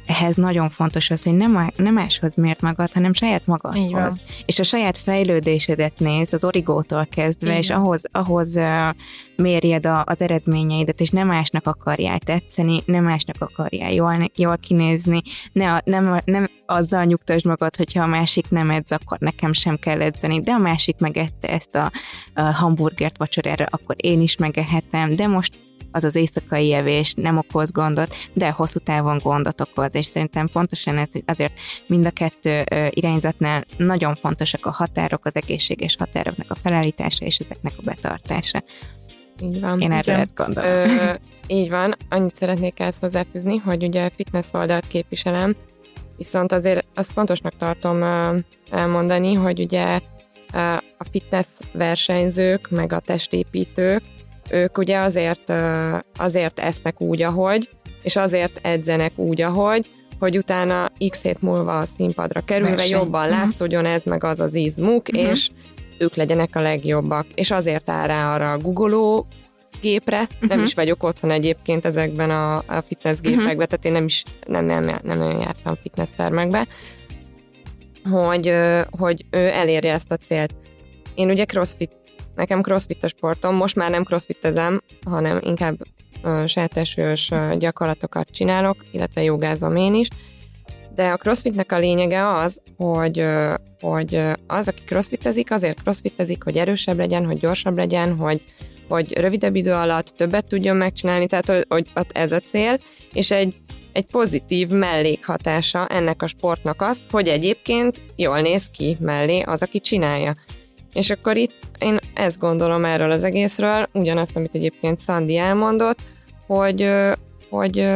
Speaker 4: ehhez nagyon fontos az, hogy nem, nem máshoz mért magad, hanem saját magadhoz. És a saját fejlődésedet nézd, az origótól kezdve, igen. és ahhoz, ahhoz uh, mérjed a, az eredményeidet, és nem másnak akarjál tetszeni, nem másnak akarjál jól, jól kinézni, ne, nem, nem azzal nyugtasd magad, hogyha a másik nem edz, akkor nekem sem kell edzeni, de a másik megette ezt a, a hamburgert vacsorára, akkor én is megehetem, de most az az éjszakai evés nem okoz gondot, de hosszú távon gondot okoz, és szerintem pontosan ez, azért mind a kettő irányzatnál nagyon fontosak a határok, az egészséges határoknak a felállítása, és ezeknek a betartása.
Speaker 3: Így van.
Speaker 4: Én erről ezt gondolom. Ö,
Speaker 3: így van, annyit szeretnék ezt hozzáfűzni, hogy ugye fitness oldalt képviselem, viszont azért azt fontosnak tartom elmondani, hogy ugye a fitness versenyzők, meg a testépítők, ők ugye azért, azért esznek úgy, ahogy, és azért edzenek úgy, ahogy, hogy utána x hét múlva a színpadra kerülve Verseny. jobban uh-huh. látszódjon ez, meg az az izmuk, uh-huh. és ők legyenek a legjobbak. És azért áll rá arra a googoló gépre, uh-huh. nem is vagyok otthon egyébként ezekben a, a fitness gépekben, uh-huh. tehát én nem is nem, nem, nem nagyon jártam fitness termekbe, hogy, hogy ő elérje ezt a célt. Én ugye crossfit Nekem crossfit a sportom, most már nem crossfitezem, hanem inkább uh, sejtesős uh, gyakorlatokat csinálok, illetve jogázom én is. De a crossfitnek a lényege az, hogy, uh, hogy uh, az, aki crossfitezik, azért crossfitezik, hogy erősebb legyen, hogy gyorsabb legyen, hogy, hogy rövidebb idő alatt többet tudjon megcsinálni, tehát hogy, hogy ez a cél, és egy, egy pozitív mellékhatása ennek a sportnak az, hogy egyébként jól néz ki mellé az, aki csinálja. És akkor itt én ezt gondolom erről az egészről, ugyanazt, amit egyébként Szandi elmondott, hogy, hogy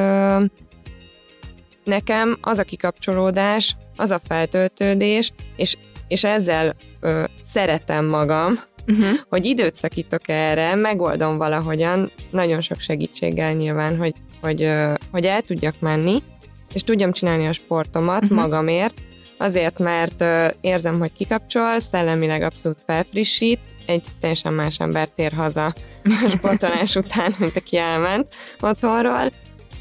Speaker 3: nekem az a kikapcsolódás, az a feltöltődés, és, és ezzel ö, szeretem magam, uh-huh. hogy időt szakítok erre, megoldom valahogyan, nagyon sok segítséggel nyilván, hogy, hogy, ö, hogy el tudjak menni, és tudjam csinálni a sportomat uh-huh. magamért, azért, mert ö, érzem, hogy kikapcsol, szellemileg abszolút felfrissít, egy teljesen más ember tér haza a sportolás után, mint aki elment otthonról,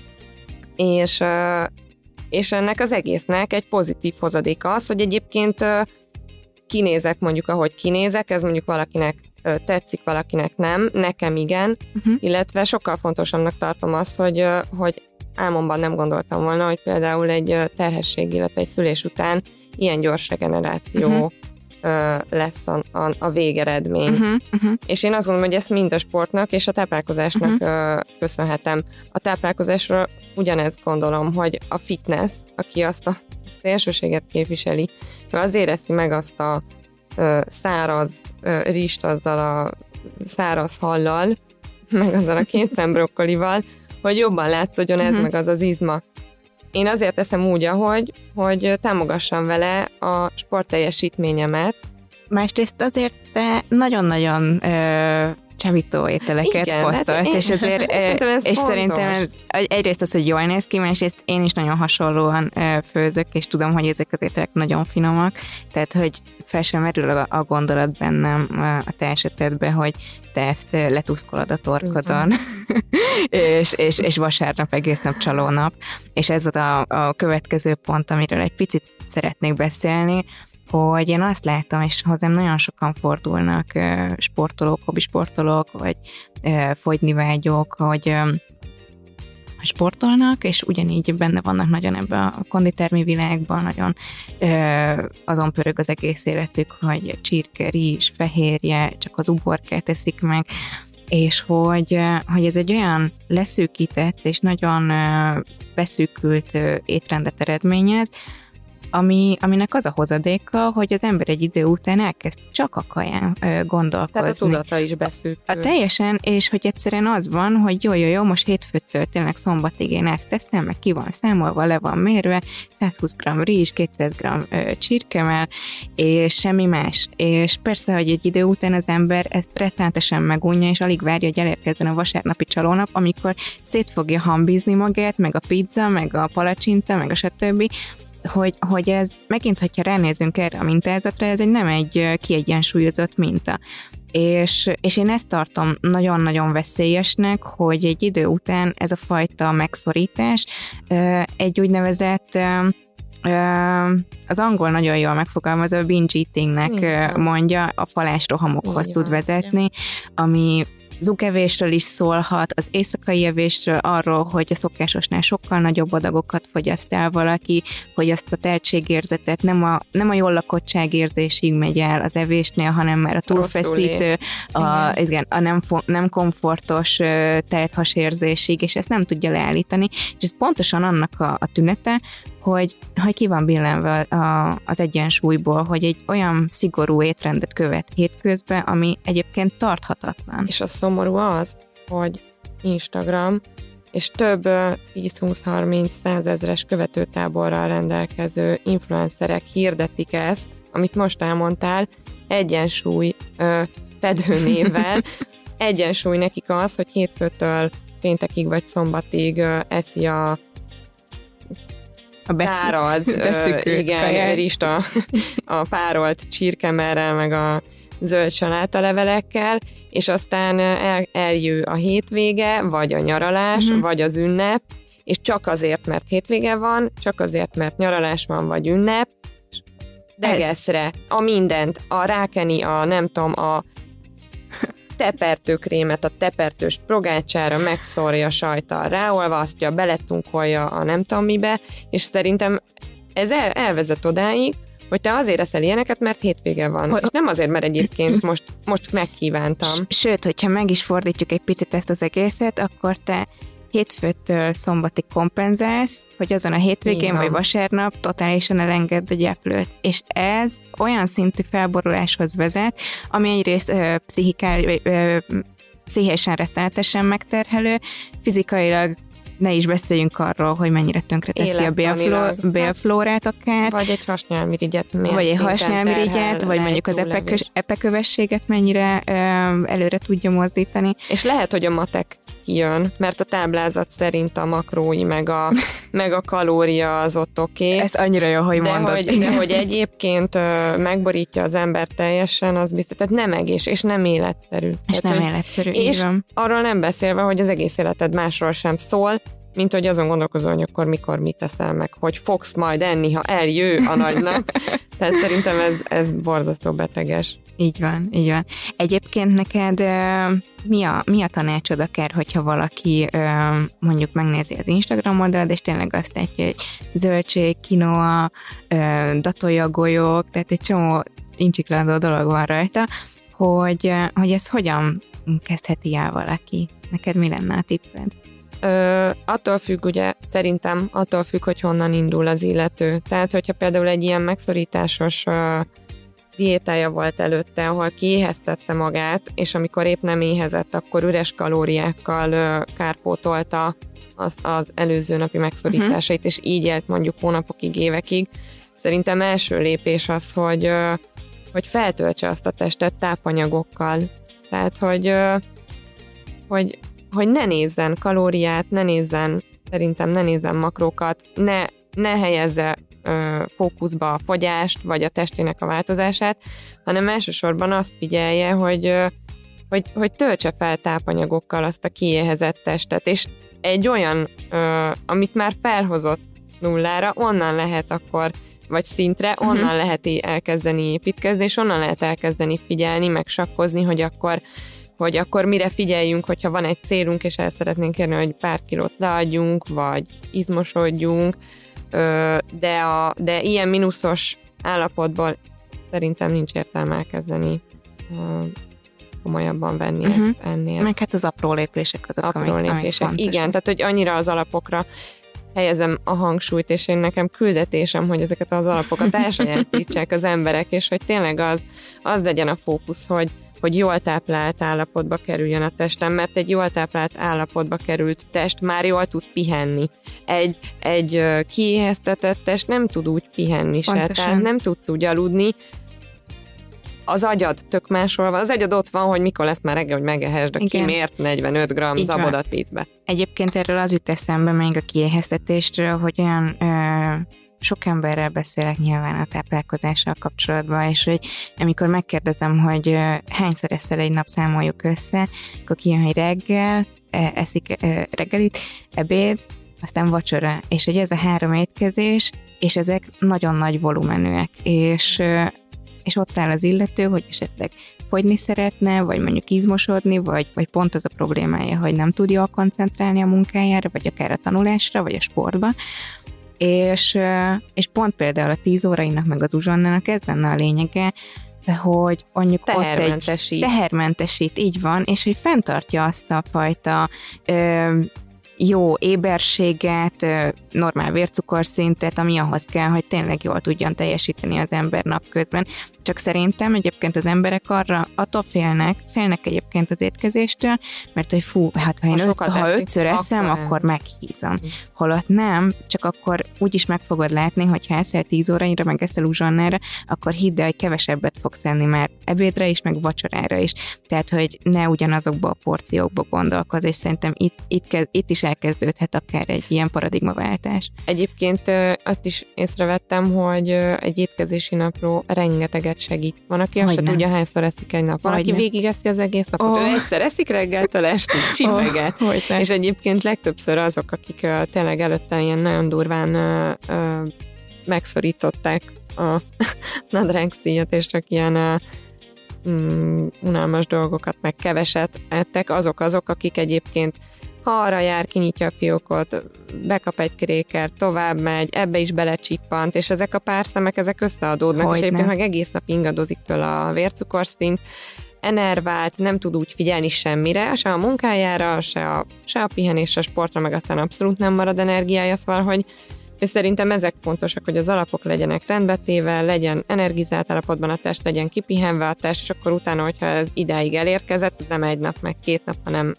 Speaker 3: és, ö, és ennek az egésznek egy pozitív hozadéka az, hogy egyébként ö, kinézek mondjuk, ahogy kinézek, ez mondjuk valakinek ö, tetszik, valakinek nem, nekem igen, uh-huh. illetve sokkal fontosabbnak tartom azt, hogy, ö, hogy álmomban nem gondoltam volna, hogy például egy terhesség, illetve egy szülés után ilyen gyors regeneráció uh-huh. lesz a, a, a végeredmény. Uh-huh. Uh-huh. És én azt gondolom, hogy ezt mind a sportnak és a táplálkozásnak uh-huh. köszönhetem. A táplálkozásról ugyanezt gondolom, hogy a fitness, aki azt a szélsőséget képviseli, azért eszi meg azt a ö, száraz ö, rist azzal a száraz hallal, meg azzal a két szembrokkolival, hogy jobban látszódjon ez, uh-huh. meg az az izma. Én azért teszem úgy, ahogy, hogy támogassam vele a sportteljesítményemet. Másrészt azért te nagyon-nagyon ö, csavító ételeket igen, posztolsz, hát és ezért szerintem ez és szerintem ez, egyrészt az, hogy jól néz ki, másrészt én is nagyon hasonlóan ö, főzök, és tudom, hogy ezek az ételek nagyon finomak, tehát, hogy fel sem merül a, a gondolat bennem a te esetedben, hogy te ezt letuszkolod a torkodon, és, és, és vasárnap egész nap csalónap, és ez a, a következő pont, amiről egy picit szeretnék beszélni, hogy én azt látom, és hozzám nagyon sokan fordulnak sportolók, hobbisportolók, vagy fogyni vágyók, hogy sportolnak, és ugyanígy benne vannak nagyon ebben a konditermi világban, nagyon azon pörög az egész életük, hogy csirke, rizs, fehérje, csak az uborkát eszik meg, és hogy, hogy ez egy olyan leszűkített és nagyon beszűkült étrendet eredményez, Ami, aminek az a hozadéka, hogy az ember egy idő után elkezd csak a kaján ö, gondolkozni. Tehát a tudata is beszűkül.
Speaker 4: A teljesen, és hogy egyszerűen az van, hogy jó, jó, jó, most hétfőtől tényleg szombatig én ezt teszem, meg ki van számolva, le van mérve, százhúsz gramm rizs, kétszáz gramm ö, csirkemel, és semmi más. És persze, hogy egy idő után az ember ezt rettenetesen megunja, és alig várja, hogy elérkezzen a vasárnapi csalónap, amikor szét fogja hambizni magát, meg a pizza, meg a palacsinta, meg a stb., Hogy, hogy ez, megint, hogyha ránézünk erre a mintázatra, ez egy nem egy kiegyensúlyozott minta. És, és én ezt tartom nagyon-nagyon veszélyesnek, hogy egy idő után ez a fajta megszorítás egy úgynevezett az angol nagyon jól megfogalmazza, a binge eatingnek igen. mondja, a falásrohamokhoz tud vezetni, ami zugevésről is szólhat, az éjszakai evésről, arról, hogy a szokásosnál sokkal nagyobb adagokat fogyaszt el valaki, hogy azt a teltségérzetet nem a, nem a jól lakottságérzésig megy el az evésnél, hanem már a túlfeszítő, a, igen, a nem, nem komfortos telthasérzésig, és ezt nem tudja leállítani, és ez pontosan annak a, a tünete, hogy, hogy ki van billenve a, az egyensúlyból, hogy egy olyan szigorú étrendet követ hétközben, ami egyébként tarthatatlan.
Speaker 3: És a szomorú az, hogy Instagram és több tíz-húsz-harminc-százezres követőtáborral rendelkező influencerek hirdetik ezt, amit most elmondtál, egyensúly ö, fedőnévvel. Egyensúly nekik az, hogy hétfőtől péntekig vagy szombatig ö, eszi a
Speaker 4: A beszük,
Speaker 3: száraz, ö, igen, rista, a párolt csirkemerrel, meg a zöld salátalevelekkel, és aztán el, eljő a hétvége, vagy a nyaralás, uh-huh. vagy az ünnep, és csak azért, mert hétvége van, csak azért, mert nyaralás van, vagy ünnep, degeszre, a mindent, a rákeni, a nem tudom, a tepertőkrémet, a tepertős progácsára megszórja sajttal, ráolvasztja, beletunkolja a nem tudom mibe, és szerintem ez el, elvezet odáig, hogy te azért eszel ilyeneket, mert hétvége van, hogy... és nem azért, mert egyébként most, most megkívántam.
Speaker 4: Sőt, hogyha meg is fordítjuk egy picit ezt az egészet, akkor te hétfőtől szombatig kompenzálsz, hogy azon a hétvégén igen. vagy vasárnap totálisan elengedd a gyeplőt. És ez olyan szintű felboruláshoz vezet, ami egyrészt ö, pszichikál, ö, pszichésen rettenetesen megterhelő, fizikailag ne is beszéljünk arról, hogy mennyire tönkreteszi a bélfló- bélflórát akár.
Speaker 3: Vagy egy hasnyálmirigyet.
Speaker 4: Vagy egy hasnyálmirigyet, vagy mondjuk az epekös, epekövességet mennyire ö, előre tudja mozdítani.
Speaker 3: És lehet, hogy a matek kijön, mert a táblázat szerint a makrói, meg a, meg a kalória az ott oké. Okay.
Speaker 4: Ez annyira jó, hogy
Speaker 3: de
Speaker 4: mondod.
Speaker 3: Hogy, de hogy egyébként ö, megborítja az ember teljesen, az biztos, tehát nem egész, és nem életszerű.
Speaker 4: És
Speaker 3: tehát,
Speaker 4: nem életszerű,
Speaker 3: és
Speaker 4: van.
Speaker 3: Arról nem beszélve, hogy az egész életed másról sem szól, mint hogy azon gondolkozol, hogy akkor mikor mit teszel meg, hogy fogsz majd enni, ha eljő a nagy nap. Tehát szerintem ez, ez borzasztó beteges.
Speaker 4: Így van, így van. Egyébként neked mi a, mi a tanácsod akár, hogyha valaki mondjuk megnézi az Instagram oldalad, és tényleg azt látja, hogy zöldség, kinoa, datolja golyók, tehát egy csomó incsiklandó dolog van rajta, hogy, hogy ez hogyan kezdheti el valaki? Neked mi lenne a tipped?
Speaker 3: Ö, attól függ, ugye, szerintem attól függ, hogy honnan indul az illető. Tehát, hogyha például egy ilyen megszorításos ö, diétája volt előtte, ahol kiéheztette magát, és amikor épp nem éhezett, akkor üres kalóriákkal ö, kárpótolta az, az előző napi megszorításait, uh-huh. és így élt mondjuk hónapokig, évekig. Szerintem első lépés az, hogy, ö, hogy feltöltse azt a testet tápanyagokkal. Tehát, hogy, ö, hogy hogy ne nézzen kalóriát, ne nézzen, szerintem ne nézzen makrókat, ne, ne helyezze ö, fókuszba a fogyást, vagy a testének a változását, hanem elsősorban azt figyelje, hogy, ö, hogy, hogy töltse fel tápanyagokkal azt a kiéhezett testet, és egy olyan, ö, amit már felhozott nullára, onnan lehet akkor, vagy szintre, onnan uh-huh. lehet elkezdeni építkezni, és onnan lehet elkezdeni figyelni, meg sakkozni, hogy akkor hogy akkor mire figyeljünk, hogyha van egy célunk, és el szeretnénk érni, hogy pár kilót leadjunk, vagy izmosodjunk, de, a, de ilyen mínuszos állapotból szerintem nincs értelme elkezdeni komolyabban venni uh-huh. ezt ennél.
Speaker 4: Meg hát az apró lépések azok,
Speaker 3: apró
Speaker 4: amik,
Speaker 3: lépések.
Speaker 4: amik
Speaker 3: Igen, tehát hogy annyira az alapokra helyezem a hangsúlyt, és én nekem küldetésem, hogy ezeket az alapokat elsajátítsák az emberek, és hogy tényleg az, az legyen a fókusz, hogy hogy jól táplált állapotba kerüljön a testem, mert egy jól táplált állapotba került test már jól tud pihenni. Egy, egy kiéheztetett test nem tud úgy pihenni se, tehát nem tudsz úgy aludni. Az agyad tök máshol van. Az agyad ott van, hogy mikor lesz már reggel, hogy megehesd a kimért negyvenöt gramm zabodat vízbe.
Speaker 4: Egyébként erről az jut eszembe még a kiéheztetésről, hogy olyan ö, sok emberrel beszélek nyilván a táplálkozással kapcsolatban, és hogy amikor megkérdezem, hogy hányszor eszel egy nap, számoljuk össze, akkor kijön, hogy reggel, eszik reggelit, ebéd, aztán vacsora, és hogy ez a három étkezés, és ezek nagyon nagy volumenűek, és, és ott áll az illető, hogy esetleg fogyni szeretne, vagy mondjuk izmosodni, vagy, vagy pont az a problémája, hogy nem tud jól koncentrálni a munkájára, vagy akár a tanulásra, vagy a sportba, és, és pont például a tíz órainak, meg az uzsonnának ez lenne a lényege, hogy mondjuk
Speaker 3: tehermentesít.
Speaker 4: Ott egy tehermentesít, így van, és hogy fenntartja azt a fajta ö, jó éberséget, normál vércukorszintet, ami ahhoz kell, hogy tényleg jól tudjon teljesíteni az ember napközben. Csak szerintem egyébként az emberek arra attól félnek, félnek egyébként az étkezéstől, mert hogy fú, hát ha én öt, ha ötször eszem, akkor, akkor meghízom. Holott nem, csak akkor úgyis meg fogod látni, hogy ha eszel tíz óraira, meg eszel uzsonnára, akkor hidd el, hogy kevesebbet fogsz enni már ebédre is, meg vacsorára is. Tehát, hogy ne ugyanazokba a porciókba gondolkozz, és szerintem itt, itt, kezd, itt is elkezdődhet akár egy ilyen paradigmaváltás.
Speaker 3: Egyébként azt is észrevettem, hogy egy étkezési napról rengeteget segít. Van, aki azt se tudja, hányszor eszik egy nap. Van, aki végig eszi az egész napot. Oh. Ő egyszer eszik reggeltől estig, csipeget. Oh, és egyébként legtöbbször azok, akik uh, tényleg előtte ilyen nagyon durván uh, uh, megszorították a nadrágszíjat, és csak ilyen uh, um, unalmas dolgokat, meg keveset ettek, azok azok, akik egyébként ha arra jár, kinyitja a fiókot, bekap egy krékert, tovább megy, ebbe is belecsippant, és ezek a párszemek, ezek összeadódnak, hogy és egyébként meg egész nap ingadozik tőle a vércukorszint, enervált, nem tud úgy figyelni semmire, se a munkájára, se a, se a pihenésre, a sportra, meg aztán abszolút nem marad energiája, szóval, hogy és szerintem ezek fontosak, hogy az alapok legyenek rendbetéve, legyen energizált állapotban a test, legyen kipihenve a test, és akkor utána, hogyha ez idáig elérkezett, ez nem egy nap, meg két nap, hanem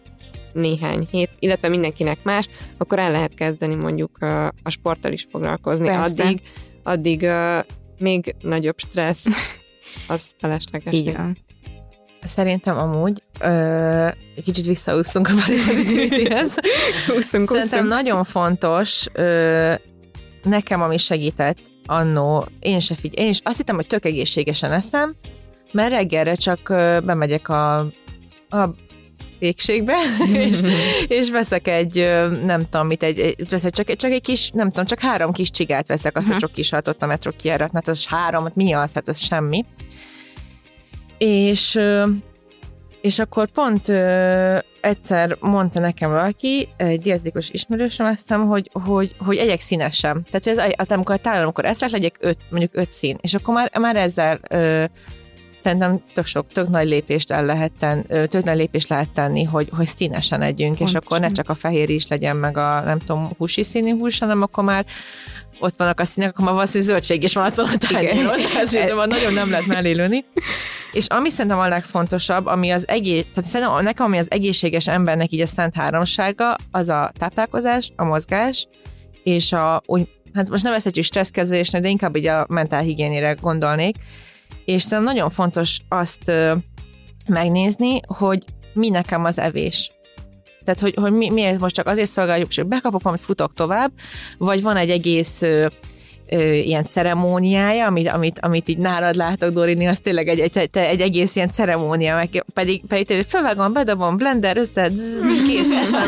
Speaker 3: néhány hét, illetve mindenkinek más, akkor el lehet kezdeni mondjuk a sporttal is foglalkozni. Persze. Addig, addig uh, még nagyobb stressz, az felesleges.
Speaker 4: Igen.
Speaker 2: Szerintem amúgy ö, kicsit visszaúszunk a body positivityhez.
Speaker 4: úszunk,
Speaker 2: Szerintem
Speaker 4: úszunk.
Speaker 2: nagyon fontos, ö, nekem ami segített annó, én se figyelj, én is azt hittem, hogy tök egészségesen eszem, mert reggelre csak ö, bemegyek a, a végségbe, és, és veszek egy, nem tudom mit, egy, egy, veszek csak, csak egy kis, nem tudom, csak három kis csigát veszek, azt uh-huh. a csokis hatott a metró kijárat, hát az három, mi az, hát az semmi. És, és akkor pont ö, egyszer mondta nekem valaki, egy dietetikus ismerősöm, azt hiszem, hogy, hogy, hogy egyek színesem. Tehát, hogy ez, amikor a tálon, amikor eszek, legyek öt, mondjuk öt szín. És akkor már, már ezzel ö, szerintem tök sok, tök nagy lépést el lehet tenni, tök nagy lépést lehet tenni, hogy, hogy színesen együnk, pontosan. És akkor ne csak a fehér is legyen, meg a nem tudom, húsi színű hús, hanem akkor már ott vannak a színek, akkor már valószínűleg zöldség is van a tányéron, tehát nagyon nem lehet mellé lőni. És ami szerintem a legfontosabb, ami az egész, tehát szerintem nekem, ami az egészséges embernek így a szent háromsága, az a táplálkozás, a mozgás, és a, úgy, hát most nevezhetjük stresszkezelésnek, de inkább így a mentálhigiénére gondolnék, és szerintem nagyon fontos azt ö, megnézni, hogy mi nekem az evés. Tehát, hogy, hogy mi, miért most csak azért szolgáljuk, hogy bekapok valamit, futok tovább, vagy van egy egész ö, ö, ilyen ceremóniája, amit, amit, amit így nálad látok, Dorini, az tényleg egy, egy, egy, egy egész ilyen ceremónia, meg pedig, pedig tényleg fölvágom, bedobom, blender, össze, zzz, kész, eszem.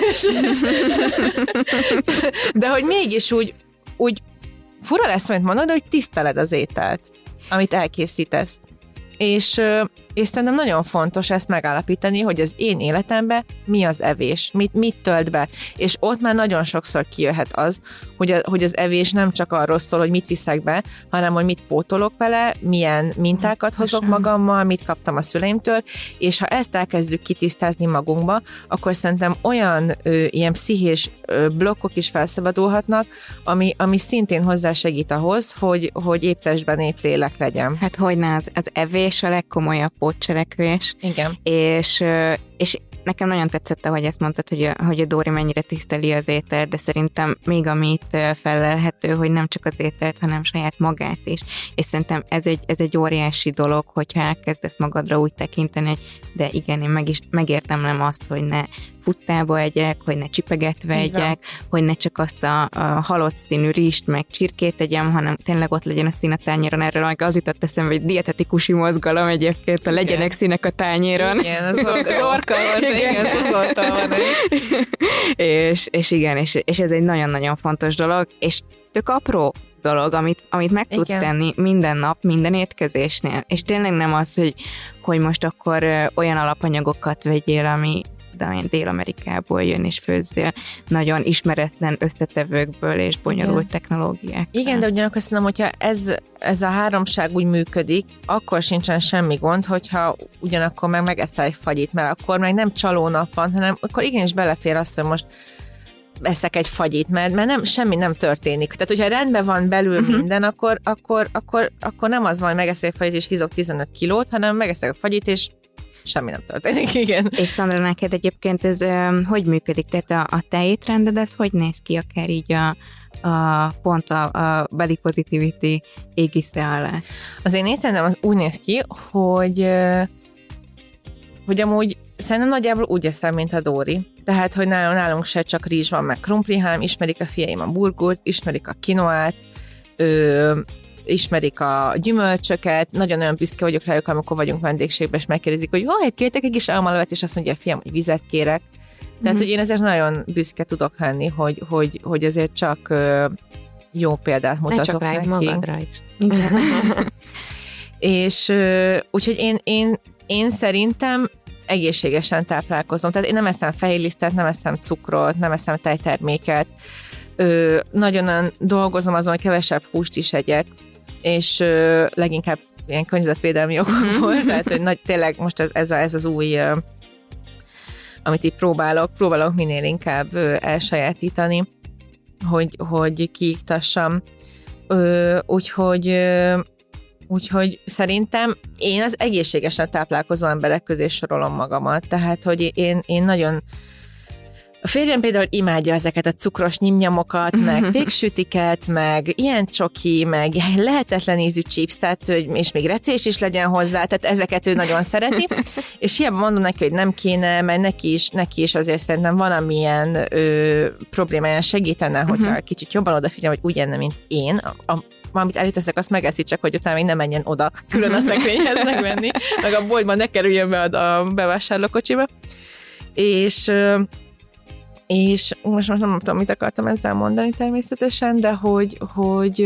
Speaker 2: De hogy mégis úgy, úgy fura lesz, amit mondod, de hogy tiszteled az ételt, amit elkészítesz. És, és szerintem nagyon fontos ezt megállapítani, hogy az én életemben mi az evés, mit, mit tölt be. És ott már nagyon sokszor kijöhet az, hogy, a, hogy az evés nem csak arról szól, hogy mit viszek be, hanem hogy mit pótolok vele, milyen mintákat hozok magammal, mit kaptam a szüleimtől, és ha ezt elkezdjük kitisztázni magunkba, akkor szerintem olyan ö, ilyen pszichés ö, blokkok is felszabadulhatnak, ami, ami szintén hozzásegít ahhoz, hogy, hogy épp testben épp lélek legyen.
Speaker 4: Hát hogyne, az, az evés a legkomolyabb pótcselekvés.
Speaker 2: Igen.
Speaker 4: És, és nekem nagyon tetszett, ahogy ezt mondtad, hogy a, hogy a Dóri mennyire tiszteli az ételt, de szerintem még amit felelhető, hogy nem csak az ételt, hanem saját magát is. És szerintem ez egy, ez egy óriási dolog, hogyha elkezdesz magadra úgy tekinteni, hogy de igen, én meg is megértemlem azt, hogy ne futtába egyek, hogy ne csipegetve egyek, hogy ne csak azt a, a halott színű rizst meg csirkét egyem, hanem tényleg ott legyen a szín a tányéron. Erről az jutott eszembe, hogy dietetikusi mozgalom egyébként, a legyenek igen. színek a tányéron.
Speaker 2: Igen, az, az orka volt, igen, igen az orka van.
Speaker 4: és, és igen, és, és ez egy nagyon-nagyon fontos dolog, és tök apró dolog, amit, amit meg tudsz igen. tenni minden nap, minden étkezésnél. És tényleg nem az, hogy, hogy most akkor olyan alapanyagokat vegyél, ami de Dél-Amerikából jön és főzzél nagyon ismeretlen összetevőkből és bonyolult igen. technológiák.
Speaker 2: Igen, de ugyanakkor szerintem, hogyha ez, ez a háromság úgy működik, akkor sincsen semmi gond, hogyha ugyanakkor meg megeszel egy fagyit, mert akkor meg nem csalónap van, hanem akkor igenis belefér az, hogy most eszek egy fagyit, mert, mert nem, semmi nem történik. Tehát, hogyha rendben van belül uh-huh. minden, akkor, akkor, akkor, akkor nem az van, hogy megeszek egy fagyit és hízok tizenöt kilót, hanem megeszek a fagyit, és semmi nem történik, igen.
Speaker 4: És Szandra, neked egyébként ez um, hogy működik? Tehát a, a te étrended, ez hogy néz ki akár így a, a pont a, a body positivity égisze alá?
Speaker 2: Az én étrendem az úgy néz ki, hogy hogy amúgy szerintem nagyjából úgy eszem, mint a Dóri. Tehát, hogy nálunk, nálunk se csak rizs van, meg krumpli, hanem ismerik a fiaim a burgult, ismerik a kinoát, ö, ismerik a gyümölcsöket, nagyon olyan büszke vagyok rájuk, amikor vagyunk vendégségben, és megkérdezik, hogy oh, kértek egy kis almalevet, és azt mondja a fiam, hogy vizet kérek. Tehát, mm-hmm. hogy én ezért nagyon büszke tudok lenni, hogy, hogy, hogy ezért csak ö, jó példát mutatok
Speaker 3: ne csak
Speaker 2: neki.
Speaker 3: magadra is.
Speaker 2: És ö, úgyhogy én, én, én szerintem egészségesen táplálkozom. Tehát én nem eszem fehérlisztet, nem eszem cukrot, nem eszem tejterméket. Ö, nagyon dolgozom azon, hogy kevesebb húst is egyek, és ö, leginkább ilyen környezetvédelmi okokból, tehát hogy nagy, tényleg most ez, ez, a, ez az új, ö, amit így próbálok, próbálok minél inkább ö, elsajátítani, hogy, hogy kiiktassam. Ö, úgyhogy ö, Úgyhogy szerintem én az egészségesen táplálkozó emberek közé sorolom magamat. Tehát, hogy én, én nagyon... A férjem például imádja ezeket a cukros nyimnyamokat, meg péksütiket, meg ilyen csoki, meg lehetetlen ízű chips, tehát, hogy, és még recés is legyen hozzá, tehát ezeket ő nagyon szereti. És hiába mondom neki, hogy nem kéne, mert neki is, neki is azért szerintem valamilyen ö, problémáján segítene, hogyha uh-huh. kicsit jobban odafigyel, hogy úgy enne, mint én. A, a, amit elíteszek, azt megeszi, csak hogy utána még nem menjen oda külön a szekrényhez megvenni, meg a boltban ne kerüljön be a, a bevásárlókocsiba. És, és most, most nem tudom, mit akartam ezzel mondani természetesen, de hogy, hogy,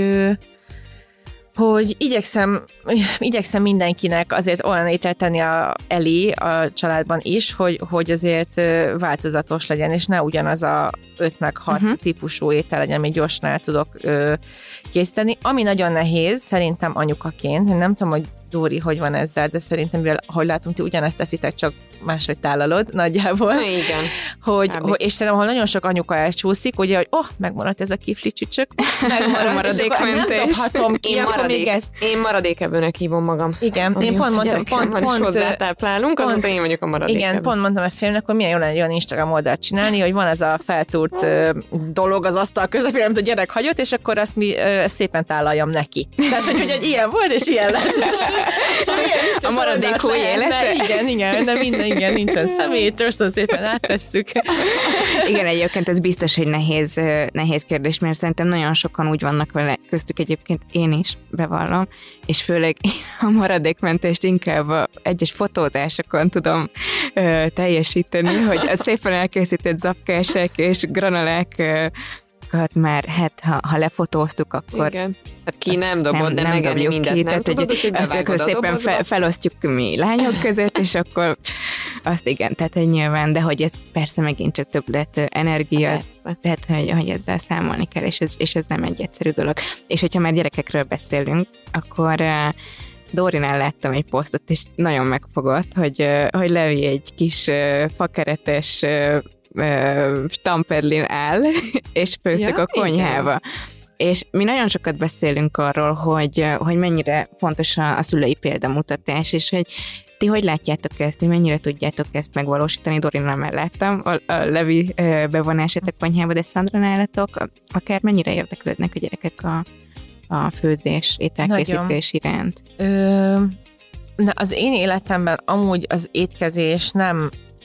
Speaker 2: hogy igyekszem, igyekszem mindenkinek azért olyan ételt tenni a, elé a családban is, hogy, hogy azért változatos legyen, és ne ugyanaz a öt meg hat uh-huh. típusú étel legyen, amit gyorsan el tudok ö, készíteni. Ami nagyon nehéz, szerintem anyukaként, én nem tudom, hogy Dóri, hogy van ezzel, de szerintem, mivel, ahogy látunk, ti ugyanezt teszitek, csak máshogy tálalod nagyjából.
Speaker 3: Igen.
Speaker 2: Hogy, hogy, és szerintem, ahol nagyon sok anyuka elcsúszik, ugye, hogy oh, megmaradt ez a kifli csücsök, megmaradt,
Speaker 4: maradékmentés.
Speaker 2: Nem dobhatom ki,
Speaker 3: én maradék,
Speaker 2: még ezt.
Speaker 3: Én maradékevőnek hívom magam.
Speaker 2: Igen,
Speaker 3: ami
Speaker 2: én pont mondtam, pont,
Speaker 3: pont,
Speaker 2: pont
Speaker 3: hozzátáplálunk, azóta én vagyok a maradékevő.
Speaker 2: Igen, pont mondtam a filmnek, hogy milyen jó lenne egy olyan Instagram oldalt csinálni, hogy van ez a feltúrt ö, dolog az asztal közepén, amit a gyerek hagyott, és akkor azt mi ö, szépen tálaljam neki. Tehát, hogy, hogy egy ilyen volt, és ilyen lett.
Speaker 4: A maradék új élete.
Speaker 2: Igen, igen, de minden, igen, nincsen szemét, rögtön szépen áttesszük.
Speaker 4: Igen, egyébként ez biztos, hogy nehéz, nehéz kérdés, mert szerintem nagyon sokan úgy vannak vele, köztük egyébként én is bevallom, és főleg én a maradékmentést inkább a egyes fotózásokon tudom ö, teljesíteni, hogy a szépen elkészített zapkásek és granolák már, hát ha, ha lefotóztuk, akkor
Speaker 3: igen. Hát ki nem dobod, de
Speaker 4: nem
Speaker 3: megenni mindent
Speaker 4: ki,
Speaker 3: nem
Speaker 4: tehát,
Speaker 3: tudod,
Speaker 4: hogy
Speaker 3: hogy
Speaker 4: azt szépen fe, felosztjuk mi lányok között, és akkor azt igen, tehát hogy nyilván, de hogy ez persze megint csak többlet energia, tehát hogy, hogy ezzel számolni kell, és ez, és ez nem egy egyszerű dolog. És hogyha már gyerekekről beszélünk, akkor uh, Dórinál láttam egy posztot, és nagyon megfogott, hogy, uh, hogy Levi egy kis uh, fakeretes uh, stamperlin áll, és főztük ja, a konyhába. Igen. És mi nagyon sokat beszélünk arról, hogy, hogy mennyire fontos a, a szülői példamutatás, és hogy ti hogy látjátok ezt, ti mennyire tudjátok ezt megvalósítani? Dorinál már láttam a, a Levi bevonását a konyhába, de Szandra nálatok, akár mennyire érdeklődnek a gyerekek a, a főzés, ételkészítés iránt?
Speaker 2: Ö, na, az én életemben amúgy az étkezés nem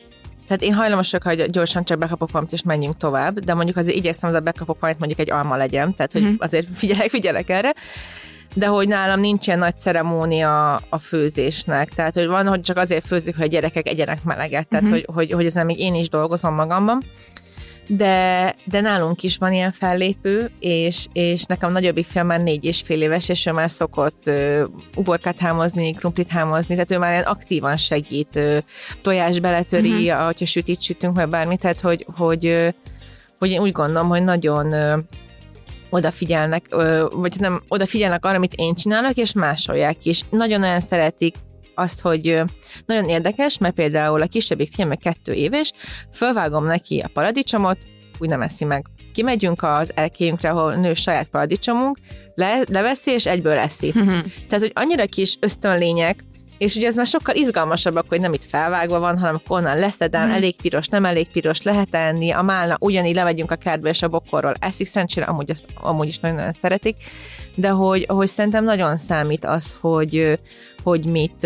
Speaker 2: Tehát én hajlamos vagyok, hogy gyorsan csak bekapok valamit, és menjünk tovább, de mondjuk azért igyekszem, az a bekapok valamit, mondjuk egy alma legyen, tehát hogy mm. azért figyelek, figyelek erre, de hogy nálam nincs ilyen nagy ceremónia a főzésnek, tehát hogy van, hogy csak azért főzzük, hogy a gyerekek egyenek meleget, tehát mm-hmm. hogy, hogy, hogy ezen még én is dolgozom magamban, de, de nálunk is van ilyen fellépő, és, és nekem nagyobbik fiam már négy és fél éves, és ő már szokott uh, uborkát hámozni, krumplit hámozni, tehát ő már ilyen aktívan segít, uh, tojás beletöri, uh-huh. ahogyha sütit sütünk, vagy bármit, tehát hogy, hogy, uh, hogy én úgy gondolom, hogy nagyon uh, odafigyelnek, uh, vagy nem odafigyelnek arra, amit én csinálok, és másolják is. Nagyon olyan szeretik azt, hogy nagyon érdekes, mert például a kisebbik fiam, kettő éves, fölvágom neki a paradicsomot, úgy nem eszi meg. Kimegyünk az erkélyünkre, ahol nő saját paradicsomunk, le, leveszi, és egyből eszi. Uh-huh. Tehát, hogy annyira kis ösztönlények, és ugye ez már sokkal izgalmasabb, hogy nem itt felvágva van, hanem akkor onnan leszedem, uh-huh. elég piros, nem elég piros, lehet enni, a málna ugyanígy lemegyünk a kertbe, és a bokorról eszik, szerencsére amúgy, ezt, amúgy is nagyon-nagyon szeretik, de hogy, hogy szerintem nagyon számít az, hogy, hogy mit,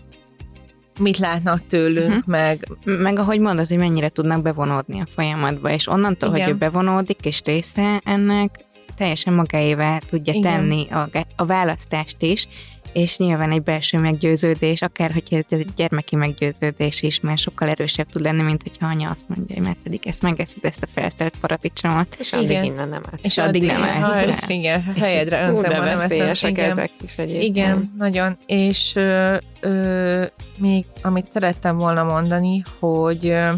Speaker 2: mit látnak tőlünk, uh-huh. meg...
Speaker 4: Meg ahogy mondod, hogy mennyire tudnak bevonódni a folyamatba, és onnantól, igen. hogy ő bevonódik, és része ennek, teljesen magáévá tudja igen. tenni a, a választást is, és nyilván egy belső meggyőződés, akár hogyha ez egy gyermeki meggyőződés is, mert sokkal erősebb tud lenni, mint hogyha anya azt mondja, hogy már pedig ezt megeszed, ezt a felszert paradicsomot.
Speaker 3: És addig igen. innen nem állsz.
Speaker 2: És addig, addig nem állsz. Igen, helyedre öntem, ha nem
Speaker 3: veszélyesek ezek is egyébként.
Speaker 2: Igen, nagyon. És ö, ö, még amit szerettem volna mondani, hogy ö,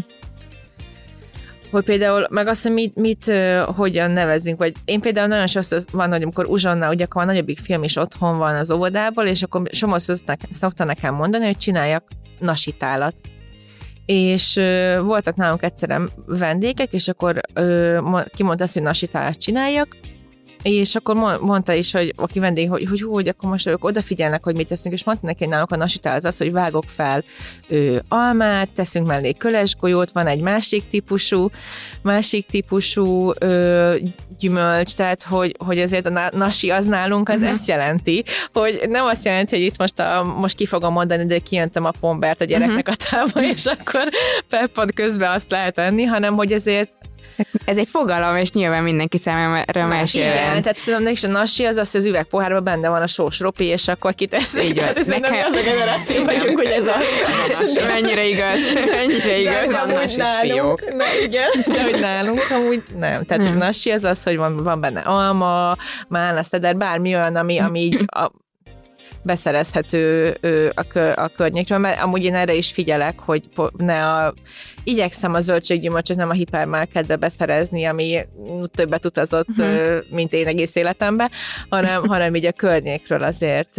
Speaker 2: hogy például, meg azt, hogy mit, mit uh, hogyan nevezzünk, vagy én például nagyon sokszor van, hogy amikor uzsonnál, ugye akkor a nagyobbik film is otthon van az óvodából, és akkor sokszor szokta nekem mondani, hogy csináljak nasitálat. És uh, voltak nálunk egyszerűen vendégek, és akkor uh, kimondta azt, hogy nasitálat csináljak, és akkor mondta is, hogy aki vendég, hogy, hogy, hogy akkor most ők odafigyelnek, hogy mit teszünk, és mondta neki, hogy nálunk a nasitál az az, hogy vágok fel ő, almát, teszünk mellé kölesgolyót, van egy másik típusú, másik típusú ö, gyümölcs, tehát hogy, hogy ezért a nasi az nálunk az uh-huh. ezt jelenti, hogy nem azt jelenti, hogy itt most, a, most ki fogom mondani, de kijöntem a pombert a gyereknek uh-huh. a tálba, és akkor peppad közben azt lehet enni, hanem hogy ezért
Speaker 4: ez egy fogalom, és nyilván mindenki számára más jelent.
Speaker 2: Igen, tehát szerintem is a nasi az az, hogy az üvegpohárban benne van a sós ropi, és akkor kiteszik.
Speaker 4: Így
Speaker 2: tehát szerintem az a generáció vagyunk, hogy ez a...
Speaker 4: Mennyire igaz, mennyire igaz.
Speaker 2: De, de amúgy nálunk, na igen, de hogy nálunk amúgy nem. Tehát hmm. a nasi az az, hogy van, van benne alma, málna, szeder, bármi olyan, ami, ami így a, beszerezhető a, kör, a környékről, mert amúgy én erre is figyelek, hogy ne a, igyekszem a zöldséggyümölcsöt nem a hipermarketbe beszerezni, ami többet utazott, uh-huh. mint én egész életemben, hanem, hanem így a környékről azért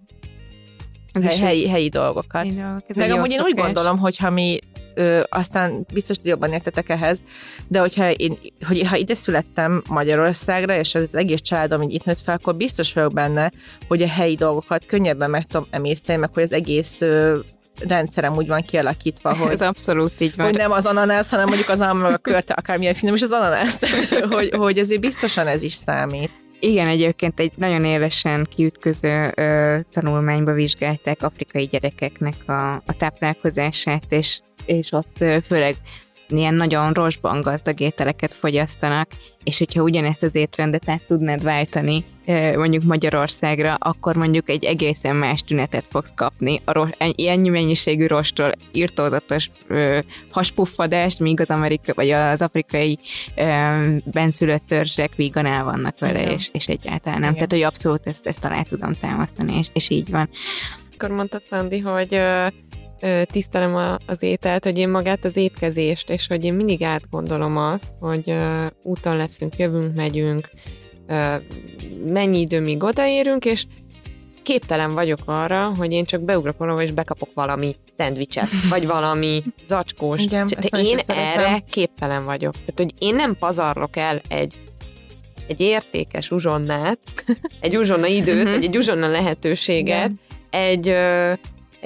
Speaker 2: hely, helyi, helyi dolgokat. Meg amúgy én úgy gondolom, hogyha mi Ö, aztán biztos, hogy jobban értetek ehhez, de hogyha én, hogy ha ide születtem Magyarországra, és az egész családom így itt nőtt fel, akkor biztos vagyok benne, hogy a helyi dolgokat könnyebben meg tudom emészteni, meg hogy az egész ö, rendszerem úgy van kialakítva, hogy,
Speaker 4: ez abszolút így van.
Speaker 2: Hogy nem az ananász, hanem mondjuk az alma, meg a körte, akármilyen finom, és az ananász, hogy, hogy azért biztosan ez is számít.
Speaker 4: Igen, egyébként egy nagyon élesen kiütköző ö, tanulmányba vizsgálták afrikai gyerekeknek a, a táplálkozását, és és ott főleg ilyen nagyon rostban gazdag ételeket fogyasztanak, és hogyha ugyanezt az étrendet át tudnád váltani mondjuk Magyarországra, akkor mondjuk egy egészen más tünetet fogsz kapni. A ros- ennyi mennyiségű rostról irtózatos ö, haspuffadást, míg az amerikai vagy az afrikai ö, benszülött törzsek vígan el vannak vele, igen. és, és egyáltalán nem. Igen. Tehát, hogy abszolút ezt, ezt alá tudom támasztani, és, és így van.
Speaker 3: Akkor mondtad, Szandi, hogy ö, ö, tisztelem az ételt, hogy én magát az étkezést, és hogy én mindig átgondolom azt, hogy ö, úton leszünk, jövünk, megyünk, ö, mennyi idő míg odaérünk, és képtelen vagyok arra, hogy én csak beugrok valahol, és bekapok valami szendvicset, vagy valami zacskós.
Speaker 2: Igen,
Speaker 3: én erre képtelen vagyok. Tehát, hogy én nem pazarlok el egy egy értékes uzsonnát, egy uzsonna időt, vagy egy uzsonna lehetőséget, egy, ö,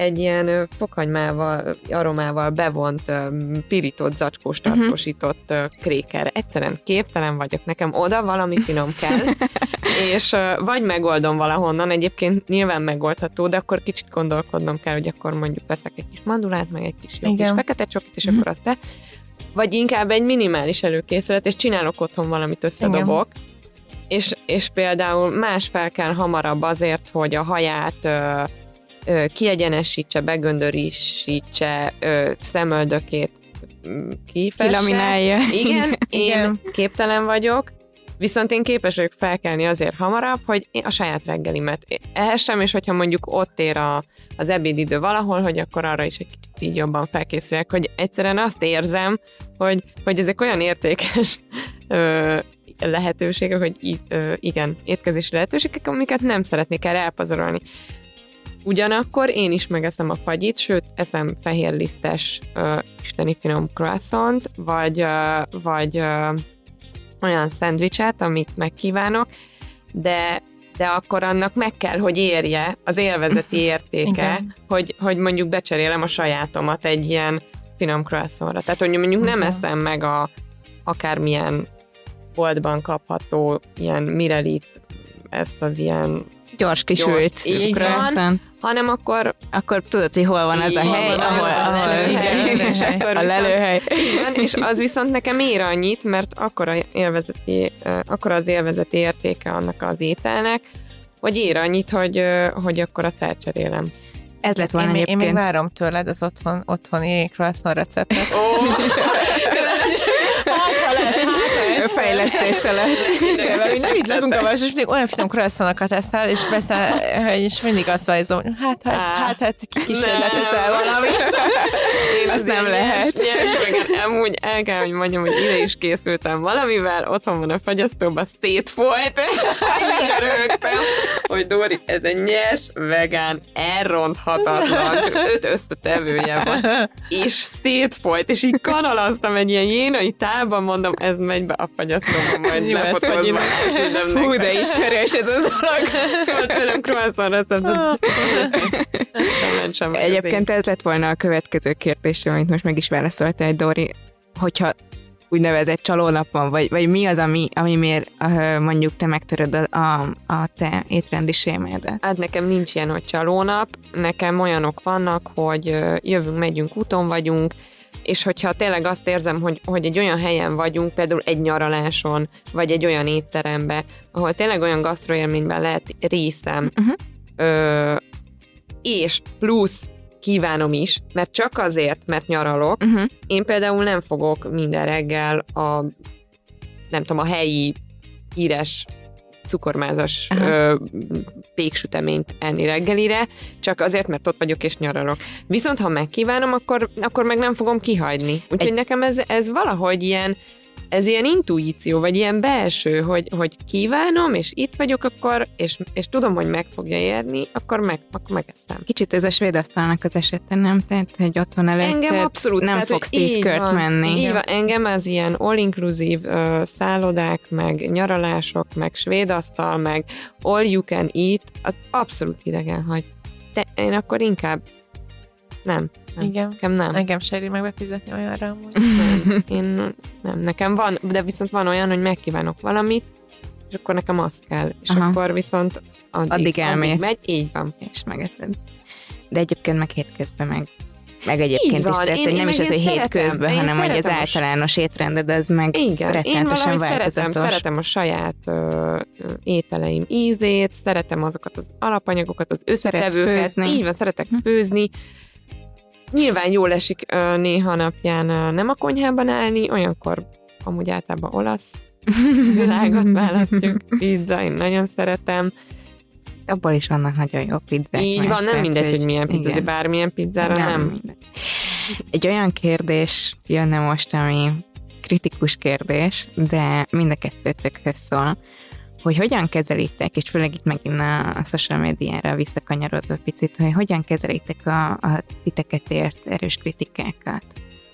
Speaker 3: egy ilyen fokhagymával, aromával bevont, pirított, zacskós, tartósított uh-huh. krékerre. Egyszerűen képtelen vagyok, nekem oda valami finom kell, és vagy megoldom valahonnan, egyébként nyilván megoldható, de akkor kicsit gondolkodnom kell, hogy akkor mondjuk veszek egy kis mandulát, meg egy kis jó kis fekete csokit, és uh-huh. akkor azt te. Vagy inkább egy minimális előkészület, és csinálok otthon valamit, összedobok, és, és például más fel kell hamarabb azért, hogy a haját ö, ö, kiegyenesítse, begöndörítsítse, ö, szemöldökét kifesse.
Speaker 4: Kilaminálja.
Speaker 3: Igen, én Igen. képtelen vagyok, viszont én képes vagyok felkelni azért hamarabb, hogy én a saját reggelimet ehessem, és hogyha mondjuk ott ér a, az ebédidő valahol, hogy akkor arra is egy kicsit így jobban felkészüljek, hogy egyszerűen azt érzem, hogy, hogy ezek olyan értékes ö, lehetőségek, hogy í, ö, igen, étkezési lehetőségek, amiket nem szeretnék el elpazarolni. Ugyanakkor én is megeszem a fagyit, sőt, eszem fehérlisztes ö, isteni finom croissant, vagy, ö, vagy ö, olyan szendvicset, amit megkívánok, de, de akkor annak meg kell, hogy érje az élvezeti értéke, hogy, hogy mondjuk becserélem a sajátomat egy ilyen finom croissantra. Tehát, hogy mondjuk nem eszem meg a akármilyen boltban kapható ilyen mirelit, ezt az ilyen
Speaker 4: gyors kisült croissant,
Speaker 3: hanem akkor...
Speaker 4: Akkor tudod, hogy hol van az a hely, ahol az lelőhely. A lelőhely.
Speaker 3: És az viszont nekem ér annyit, mert akkora, élvezeti, akkora az élvezeti értéke annak az ételnek, hogy ér annyit, hogy, hogy akkor azt elcserélem.
Speaker 4: Ez lett volna
Speaker 2: én,
Speaker 4: egyébként.
Speaker 2: Én még várom tőled az otthon, otthoni croissant receptet.
Speaker 3: Oh.
Speaker 4: Fejlesztése lett.
Speaker 2: Nem így lakunk a vas, és mindig olyan finom croissantokat eszel, és beszél, és mindig azt vágyom, hogy hát, hát, hát, hát kísérleteszel valamit.
Speaker 4: Azt nem lehet.
Speaker 3: Nyers, amúgy el kell, hogy mondjam, hogy ide is készültem valamivel, otthon van a fagyasztóban, szétfolyt, és rögtem, hogy Dóri, ez egy nyers, vegán, elronthatatlan, öt összetevője van, és szétfolyt, és így kanalaztam egy ilyen jénai tálban, mondom, ez megy be a fagyasztóba, majd lefotózva elküldöm nektek.
Speaker 4: Hú, de is sörös ez az dolog.
Speaker 3: Szóval tőlem croissant receptet.
Speaker 4: Egyébként ez lett volna a következő kérdés, amit most meg is válaszoltál, hogy Dóri, hogyha úgynevezett csalónap van, vagy, vagy mi az, ami, ami miért uh, mondjuk te megtöröd a, a, a te étrendi sémádat?
Speaker 3: Hát nekem nincs ilyen, hogy csalónap, nekem olyanok vannak, hogy jövünk, megyünk, úton vagyunk, és hogyha tényleg azt érzem, hogy, hogy egy olyan helyen vagyunk, például egy nyaraláson, vagy egy olyan étterembe, ahol tényleg olyan gasztroélményben lehet részem, uh-huh. ö, és plusz kívánom is, mert csak azért, mert nyaralok, uh-huh. én például nem fogok minden reggel a, nem tudom, a helyi híres cukormázas uh-huh. ö, péksüteményt enni reggelire, csak azért, mert ott vagyok és nyaralok. Viszont ha megkívánom, akkor, akkor meg nem fogom kihagyni. Úgyhogy Egy... nekem ez, ez valahogy ilyen, ez ilyen intuíció, vagy ilyen belső, hogy, hogy kívánom, és itt vagyok akkor, és, és tudom, hogy meg fogja érni, akkor, meg, akkor megeszem.
Speaker 4: Kicsit ez a svéd asztalnak az esete, nem? Tehát, hogy otthon előtt
Speaker 3: engem abszolút,
Speaker 4: nem
Speaker 3: tehát,
Speaker 4: fogsz tíz kört
Speaker 3: van,
Speaker 4: menni.
Speaker 3: Így van, engem az ilyen all-inclusive uh, szállodák, meg nyaralások, meg svéd asztal, meg all you can eat, az abszolút idegen hagy. De én akkor inkább nem. Nem.
Speaker 2: Igen.
Speaker 3: Nekem nem.
Speaker 2: Engem se éri meg befizetni olyanra amúgy.
Speaker 3: Nem. Én nem. Nekem van, de viszont van olyan, hogy megkívánok valamit, és akkor nekem azt kell. És Aha. akkor viszont addig,
Speaker 4: addig elmész.
Speaker 3: Addig megy, így van.
Speaker 4: És megeszed. De egyébként meg hétközben meg meg egyébként is, tehát én, nem én is az, hogy hétközben, hanem hogy az általános étrended, az meg
Speaker 3: igen,
Speaker 4: rettenetesen
Speaker 3: én
Speaker 4: változatos.
Speaker 3: Szeretem, szeretem a saját ö, ételeim ízét, szeretem azokat az alapanyagokat, az összetevőket. Így van, szeretek hm. főzni. Nyilván jól esik ö, néha napján ö, nem a konyhában állni, olyankor amúgy általában olasz világot választjuk. Pizza, én nagyon szeretem.
Speaker 4: Abból is vannak nagyon jó pizzák.
Speaker 3: Így van, nem mindegy, hogy milyen pizza, igen. Bármilyen pizzára nem. nem.
Speaker 4: Egy olyan kérdés jönne most, ami kritikus kérdés, de mind a kettőtökhöz szól, hogy hogyan kezelitek, és főleg itt megint a social médiára visszakanyarodva picit, hogy hogyan kezelitek a, a titeket ért erős kritikákat.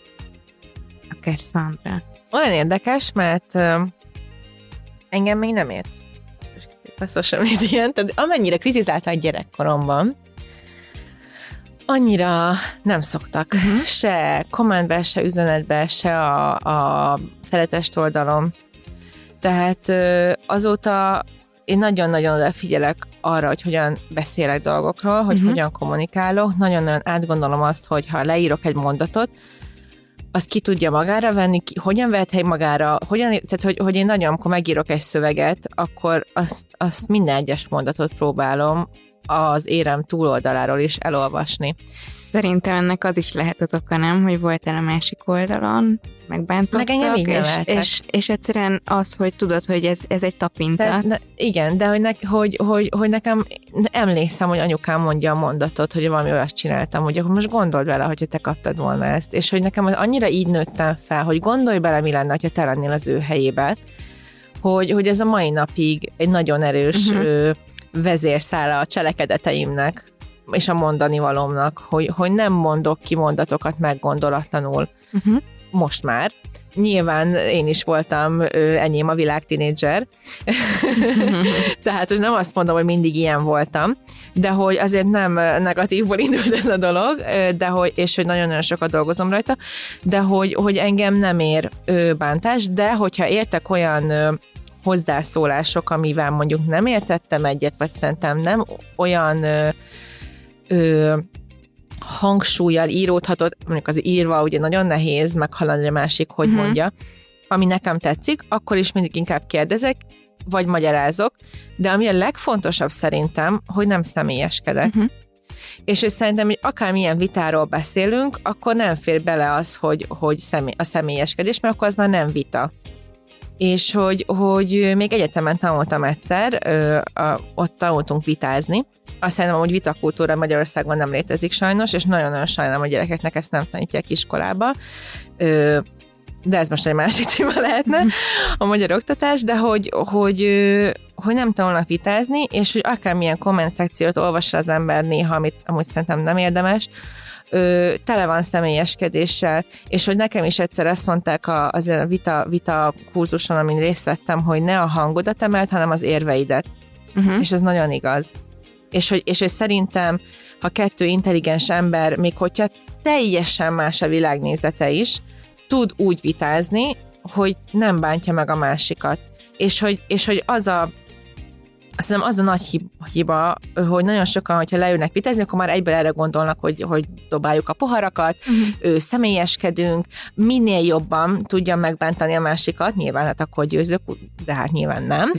Speaker 4: Akár Szandra.
Speaker 2: Olyan érdekes, mert uh, engem még nem ért a social médián, tehát amennyire kritizálta a gyerekkoromban, Annyira nem szoktak. Uh-huh. Se kommentbe, se üzenetbe, se a, a szeretest oldalon. Tehát azóta én nagyon-nagyon odafigyelek arra, hogy hogyan beszélek dolgokról, hogy uh-huh. hogyan kommunikálok. Nagyon-nagyon átgondolom azt, hogy ha leírok egy mondatot, azt ki tudja magára venni, ki, hogyan vehet magára, hogyan, tehát hogy, hogy én nagyon, amikor megírok egy szöveget, akkor azt, azt minden egyes mondatot próbálom az érem túloldaláról is elolvasni.
Speaker 4: Szerintem ennek az is lehet az oka, nem, hogy voltál a másik oldalon, megbántottak,
Speaker 2: meg engem így
Speaker 4: és, és, és egyszerűen az, hogy tudod, hogy ez, ez egy tapintat.
Speaker 2: De, de, igen, de hogy, ne, hogy, hogy, hogy nekem emlékszem, hogy anyukám mondja a mondatot, hogy valami olyat csináltam, hogy akkor most gondold bele, hogyha te kaptad volna ezt. És hogy nekem annyira így nőttem fel, hogy gondolj bele, mi lenne, ha te lennél az ő helyébe, hogy, hogy ez a mai napig egy nagyon erős uh-huh. vezérszála a cselekedeteimnek, és a mondani valómnak, hogy, hogy nem mondok ki mondatokat meggondolatlanul. Uh-huh. Most már. Nyilván én is voltam ö, enyém a világ tínédzser, tehát hogy nem azt mondom, hogy mindig ilyen voltam, de hogy azért nem negatívból indult ez a dolog, de hogy, és hogy nagyon-nagyon sokat dolgozom rajta, de hogy, hogy engem nem ér ö, bántás, de hogyha értek olyan ö, hozzászólások, amivel mondjuk nem értettem egyet, vagy szerintem nem olyan ö, ö, hangsúlyjal íródhatott, mondjuk az írva ugye nagyon nehéz meghallani a másik, hogy uh-huh. mondja, ami nekem tetszik, akkor is mindig inkább kérdezek, vagy magyarázok, de ami a legfontosabb szerintem, hogy nem személyeskedek. Uh-huh. És hogy szerintem, hogy akármilyen vitáról beszélünk, akkor nem fér bele az, hogy, hogy személy, a személyeskedés, mert akkor az már nem vita. És hogy, hogy még egyetemen tanultam egyszer, ö, a, ott tanultunk vitázni. Azt szerintem, hogy vitakultúra Magyarországon nem létezik sajnos, és nagyon-nagyon sajnálom, hogy gyerekeknek ezt nem tanítják iskolába. Ö, de ez most egy másik téma lehetne, a magyar oktatás, de hogy, hogy, hogy nem tanulnak vitázni, és hogy akármilyen komment szekciót olvas az ember néha, amit amúgy szerintem nem érdemes, Ö, tele van személyeskedéssel, és hogy nekem is egyszer azt mondták a, az a vita, vita kurzuson, amin részt vettem, hogy ne a hangodat emelt, hanem az érveidet. Uh-huh. És ez nagyon igaz. És hogy, és hogy szerintem, ha kettő intelligens ember, még hogyha teljesen más a világnézete is, tud úgy vitázni, hogy nem bántja meg a másikat. És hogy, és hogy az a Azt hiszem, az a nagy hiba, hogy nagyon sokan, hogyha leülnek vitázni, akkor már egyből erre gondolnak, hogy, hogy dobáljuk a poharakat, uh-huh. személyeskedünk, minél jobban tudjam megbántani a másikat, nyilván hát akkor győzök, de hát nyilván nem.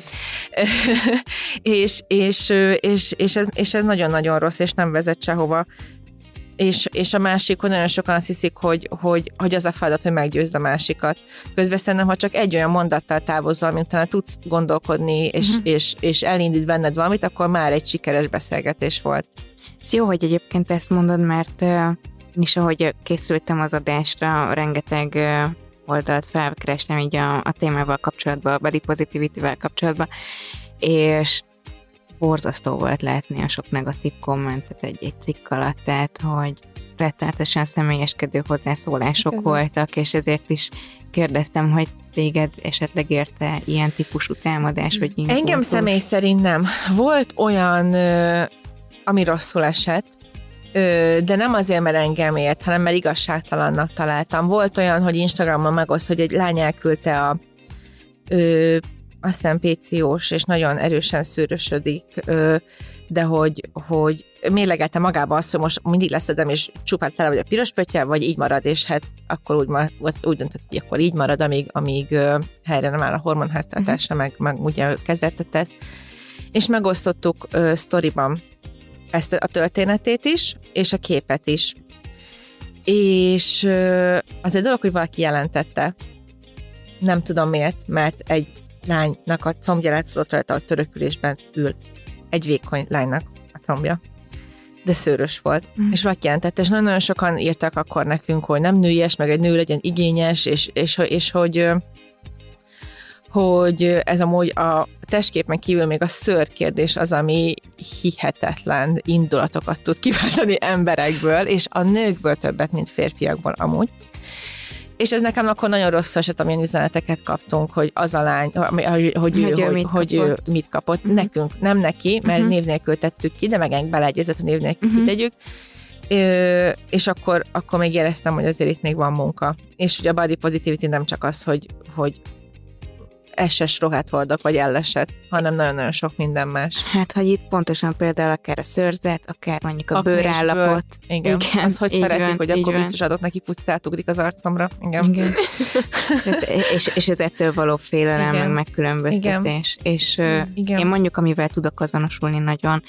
Speaker 2: és, és, és, és, ez, és ez nagyon-nagyon rossz, és nem vezet sehova. És, és a másik, hogy nagyon sokan azt hiszik, hogy, hogy, hogy az a feladat, hogy meggyőzd a másikat. Közben szerintem, ha csak egy olyan mondattal távozol, mint utána tudsz gondolkodni, és, uh-huh. és, és elindít benned valamit, akkor már egy sikeres beszélgetés volt.
Speaker 4: Ez jó, hogy egyébként ezt mondod, mert uh, én is, ahogy készültem az adásra, rengeteg uh, oldalt felkerestem így a, a témával kapcsolatban, a body positivity-vel kapcsolatban, és borzasztó volt látni a sok negatív kommentet egy-egy cikk alatt, tehát, hogy rettenetesen személyeskedő hozzászólások ez voltak, az. És ezért is kérdeztem, hogy téged esetleg érte ilyen típusú támadás, vagy inzultus?
Speaker 2: Engem személy szerint nem. Volt olyan, ami rosszul esett, de nem azért, mert engem ért, hanem mert igazságtalannak találtam. Volt olyan, hogy Instagramon megoszt, hogy egy lány elküldte a azt hiszem pé cé ó-s, és nagyon erősen szőrösödik, de hogy, hogy mérlegelte magába azt, hogy most mindig leszedem, és csupán tele vagy a piros pöttyel, vagy így marad, és hát akkor úgy, úgy döntött, hogy akkor így marad, amíg, amíg helyre nem áll a hormonháztartása, uh-huh. meg, meg ugye kezdett ezt. És megosztottuk uh, sztoriban ezt a történetét is, és a képet is. És uh, az egy dolog, hogy valaki jelentette. Nem tudom miért, mert egy lánynak a combja látszott rajta, a törökülésben ül. Egy vékony lánynak a combja. De szőrös volt. Mm. És valaki jelentette, és nagyon sokan írtak akkor nekünk, hogy nem nőies, meg egy nő legyen igényes, és, és, és, és hogy, hogy ez amúgy a testképen kívül még a szőr kérdés az, ami hihetetlen indulatokat tud kiváltani emberekből, és a nőkből többet, mint férfiakból amúgy. És ez nekem akkor nagyon rossz esett, amilyen üzeneteket kaptunk, hogy az a lány, hogy, hogy, hogy, hogy, ő, mit hogy ő mit kapott. Uh-huh. Nekünk, nem neki, mert uh-huh. név nélkül tettük ki, de meg beleegyezett, hogy név nélkül uh-huh. kitegyük. Ö, és akkor, akkor még éreztem, hogy azért itt még van munka. És ugye a body positivity nem csak az, hogy, hogy es-es rohát hordak, vagy elleset, hanem nagyon-nagyon sok minden más.
Speaker 4: Hát, hogy itt pontosan például akár a szőrzet, akár mondjuk a
Speaker 2: Akné és
Speaker 4: bőrállapot.
Speaker 2: bőr. Igen. Igen, az, hogy szeretik,
Speaker 4: van,
Speaker 2: hogy akkor
Speaker 4: van.
Speaker 2: biztos adott neki pusztát, átugrik az arcomra. Igen.
Speaker 4: Igen. és, és ez ettől való félelem,
Speaker 2: Igen.
Speaker 4: meg megkülönböztetés. Igen. És
Speaker 2: Igen.
Speaker 4: én mondjuk, amivel tudok azonosulni nagyon,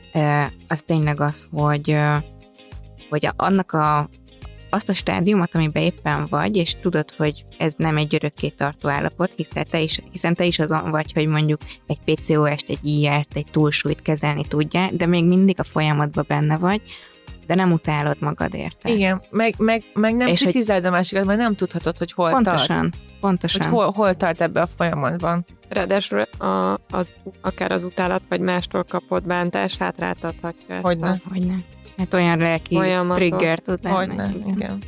Speaker 4: az tényleg az, hogy, hogy annak a azt a stádiumot, amiben éppen vagy, és tudod, hogy ez nem egy örökké tartó állapot, hiszen te is, hiszen te is azon vagy, hogy mondjuk egy pé cé o est, egy í er-t, egy túlsúlyt kezelni tudjál, de még mindig a folyamatban benne vagy, de nem utálod magad érte.
Speaker 2: Igen, meg, meg, meg nem
Speaker 4: és
Speaker 2: kritizáld a másikat, mert nem tudhatod, hogy hol
Speaker 4: pontosan,
Speaker 2: tart.
Speaker 4: Pontosan,
Speaker 2: hogy hol, hol tart ebbe a folyamatban.
Speaker 3: Ráadásul a, az, akár az utálat, vagy mástól kapott bántás hátráltathatja ezt.
Speaker 2: Hogyne.
Speaker 3: A...
Speaker 4: Hogyne. Hát olyan lelki
Speaker 3: Folyamatot.
Speaker 4: trigger tud lenni.
Speaker 2: Hogyne, igen. igen.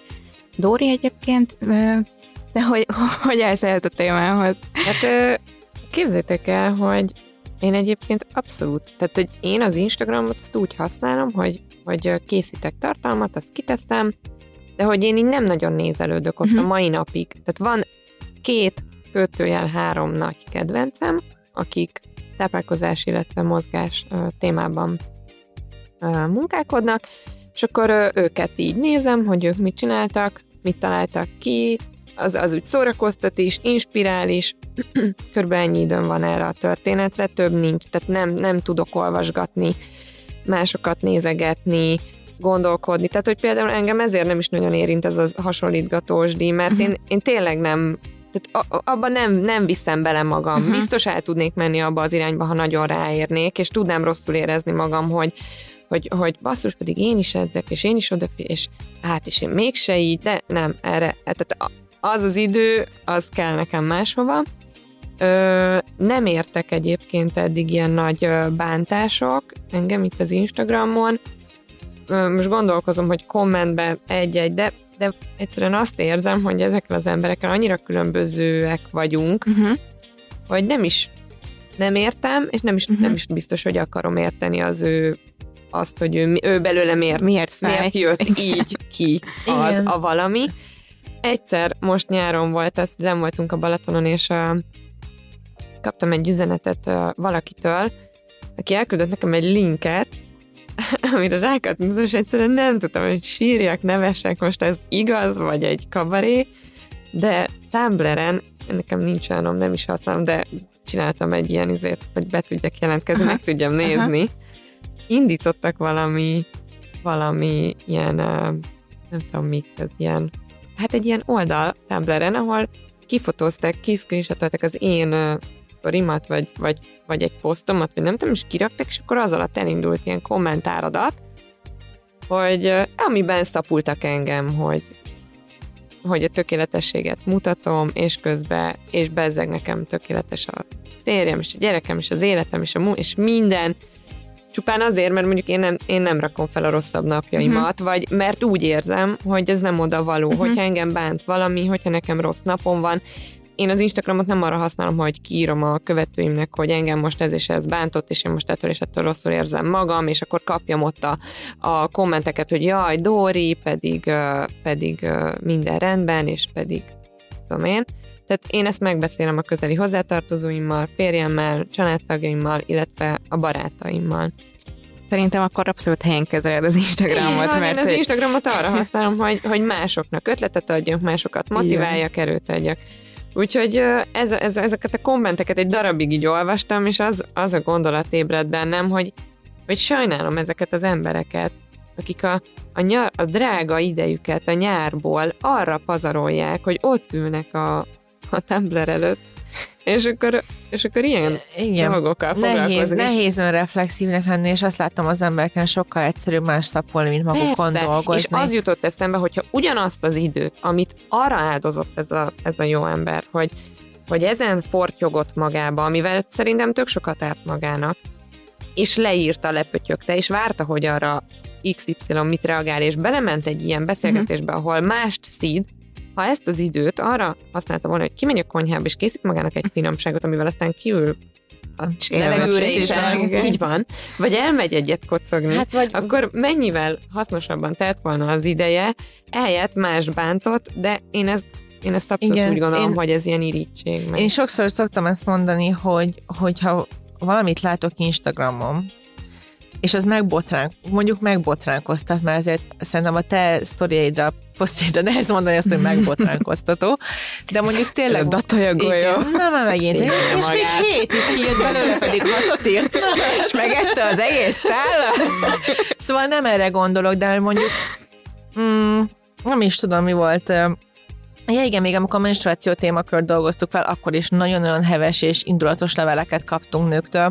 Speaker 4: Dóri egyébként, de hogy, hogy állsz ehhez a témához?
Speaker 3: Hát képzétek el, hogy én egyébként abszolút, tehát hogy én az Instagramot azt úgy használom, hogy, hogy készítek tartalmat, azt kiteszem, de hogy én így nem nagyon nézelődök ott uh-huh. a mai napig. Tehát van két kötőjel három nagy kedvencem, akik táplálkozás, illetve mozgás témában munkálkodnak, és akkor őket így nézem, hogy ők mit csináltak, mit találtak ki, az, az úgy szórakoztat is, inspirál is, körülbelül ennyi időm van erre a történetre, több nincs, tehát nem, nem tudok olvasgatni, másokat nézegetni, gondolkodni, tehát hogy például engem ezért nem is nagyon érint ez a hasonlítgatós díj, mert uh-huh. én, én tényleg nem, tehát abban nem, nem viszem bele magam. Uh-huh. Biztos el tudnék menni abba az irányba, ha nagyon ráérnék, és tudnám rosszul érezni magam, hogy hogy, hogy basszus, pedig én is edzek, és én is odafigyelek, és hát is én mégse így, de nem, erre, tehát az az idő, az kell nekem máshova. Ö, nem értek egyébként eddig ilyen nagy bántások engem itt az Instagramon. Ö, most gondolkozom, hogy kommentbe egy-egy, de, de egyszerűen azt érzem, hogy ezekkel az emberekkel annyira különbözőek vagyunk, uh-huh. hogy nem is nem értem, és nem is, uh-huh. nem is biztos, hogy akarom érteni az ő azt, hogy ő, ő belőle miért,
Speaker 4: miért,
Speaker 3: miért jött így ki az
Speaker 2: Igen.
Speaker 3: a valami. Egyszer most nyáron volt, ezt nem voltunk a Balatonon, és uh, kaptam egy üzenetet uh, valakitől, aki elküldött nekem egy linket, amire rákattam, és egyszerűen nem tudtam, hogy sírjak, nevesek, most ez igaz, vagy egy kabaré, de Tumblr-en, nekem nincs olyanom, nem is használom, de csináltam egy ilyen izét, hogy be tudjak jelentkezni, aha. meg tudjam nézni. Aha. Indítottak valami, valami ilyen, nem tudom mit, ez ilyen, hát egy ilyen oldal Tumblr-en, ahol kifotózták, kiscreenshotolták az én sztorimat, vagy, vagy, vagy egy posztomat, vagy nem tudom, és kiraktak, és akkor az alatt elindult ilyen kommentáradat, hogy amiben szapultak engem, hogy, hogy a tökéletességet mutatom, és közben, és bezzeg nekem tökéletes a férjem, és a gyerekem, és az életem, és, a mu- és minden, csupán azért, mert mondjuk én nem, én nem rakom fel a rosszabb napjaimat, uh-huh. vagy mert úgy érzem, hogy ez nem oda való, uh-huh. hogyha engem bánt valami, hogyha nekem rossz napom van. Én az Instagramot nem arra használom, hogy kiírom a követőimnek, hogy engem most ez és ez bántott, és én most ettől és ettől rosszul érzem magam, és akkor kapjam ott a, a kommenteket, hogy jaj, Dóri, pedig, uh, pedig uh, minden rendben, és pedig tudom én. Tehát én ezt megbeszélem a közeli hozzátartozóimmal, férjemmel, családtagjaimmal, illetve a barátaimmal.
Speaker 4: Szerintem akkor abszolút helyen kezeled az Instagramot.
Speaker 3: Ja,
Speaker 4: mert
Speaker 3: én az
Speaker 4: hogy...
Speaker 3: Instagramot arra használom, hogy, hogy másoknak ötletet adjak, másokat motiváljak, erőt adjak. Úgyhogy ez, ez, ezeket a kommenteket egy darabig így olvastam, és az, az a gondolat ébredt bennem, hogy, hogy sajnálom ezeket az embereket, akik a, a, nyar, a drága idejüket a nyárból arra pazarolják, hogy ott ülnek a, a Tumblr előtt, és akkor, és akkor ilyen
Speaker 2: igen.
Speaker 3: dolgokkal foglalkozni.
Speaker 2: Nehéz, nehéz önreflexívnek lenni, és azt látom az embereken sokkal egyszerűbb más szapolni, mint magukon
Speaker 3: Persze.
Speaker 2: dolgozni.
Speaker 3: És az jutott eszembe, hogyha ugyanazt az időt, amit arra áldozott ez a, ez a jó ember, hogy, hogy ezen fortyogott magába, amivel szerintem tök sokat árt magának, és leírta, lepötyögte, és várta, hogy arra iksz ipszilon mit reagál, és belement egy ilyen beszélgetésbe, uh-huh. ahol mást szíd, ha ezt az időt arra használta volna, hogy kimegy a konyhába, és készít magának egy finomságot, amivel aztán kiül a levegőre is elmegy, így van, vagy elmegy egyet kocogni, hát vagy... akkor mennyivel hasznosabban telt volna az ideje, eljött más bántott, de én ezt Én ezt abszolút igen, úgy gondolom, én, hogy ez ilyen irítség. Meg.
Speaker 2: Én sokszor szoktam ezt mondani, hogy hogyha valamit látok Instagramon, és az megbotránk, mondjuk megbotránkoztat, mert ezért szerintem a te sztoriaidra posztítod, de ez mondani azt, hogy megbotránkoztató, de mondjuk tényleg...
Speaker 4: Datajagolja.
Speaker 2: Nem, már megint. Igen, és magát. Még hét is kijött belőle, pedig hatot írt.
Speaker 4: És megette az egész tála.
Speaker 2: Szóval nem erre gondolok, de mondjuk mm, nem is tudom, mi volt... Ja, igen, még amikor a menstruáció témakört dolgoztuk fel, akkor is nagyon-nagyon heves és indulatos leveleket kaptunk nőktől,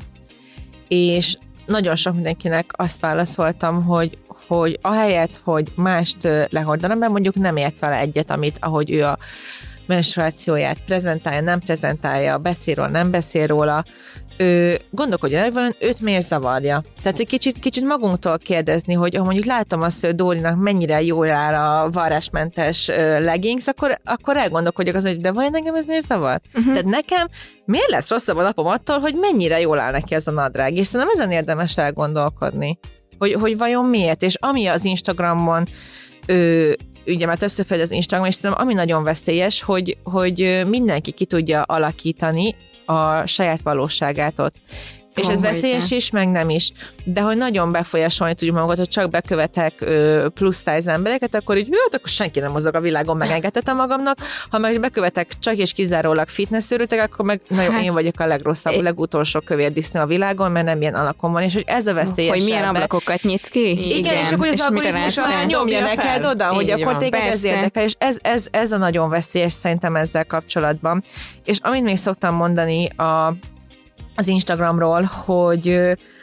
Speaker 2: és nagyon sok mindenkinek azt válaszoltam, hogy, hogy ahelyett, hogy mást lehordanom, mert mondjuk nem ért vele egyet, amit, ahogy ő a menstruációját prezentálja, nem prezentálja, beszél róla, nem beszél róla, ő gondolkodjon el, hogy őt miért zavarja. Tehát, hogy kicsit, kicsit magunktól kérdezni, hogy ha mondjuk látom azt, hogy Dórinak mennyire jól áll a varrásmentes leggings, akkor, akkor elgondolkodjak az, hogy de vajon engem ez miért zavar? Uh-huh. Tehát nekem miért lesz rosszabb a napom attól, hogy mennyire jól áll neki ez a nadrág? És szerintem ezen érdemes elgondolkodni, hogy, hogy vajon miért. És ami az Instagramon ő, ugye már többször fel az Instagram, és szerintem ami nagyon veszélyes, hogy, hogy mindenki ki tudja alakítani a saját valóságát ott. És oh, ez veszélyes is, meg nem is. De hogy nagyon befolyásolni tudjuk magunkat, hogy csak bekövetek ö, plusz size embereket, akkor így, hát akkor senki nem mozog a világon, megengedhetem magamnak. Ha meg bekövetek csak és kizárólag fitnessszőrötek, akkor meg nagyon hát, én vagyok a legrosszabb, é... legutolsó kövér disznó a világon, mert nem ilyen alakom van, és hogy ez a veszélyes.
Speaker 4: Hogy milyen
Speaker 2: ebbe.
Speaker 4: Ablakokat nyitsz ki?
Speaker 2: Igen, igen, és akkor az algoritmus nyomja neked oda, hogy akkor van. Téged ez érdekel, és ez, ez, ez a nagyon veszélyes szerintem ezzel kapcsolatban. És amit még szoktam mondani a az Instagramról, hogy,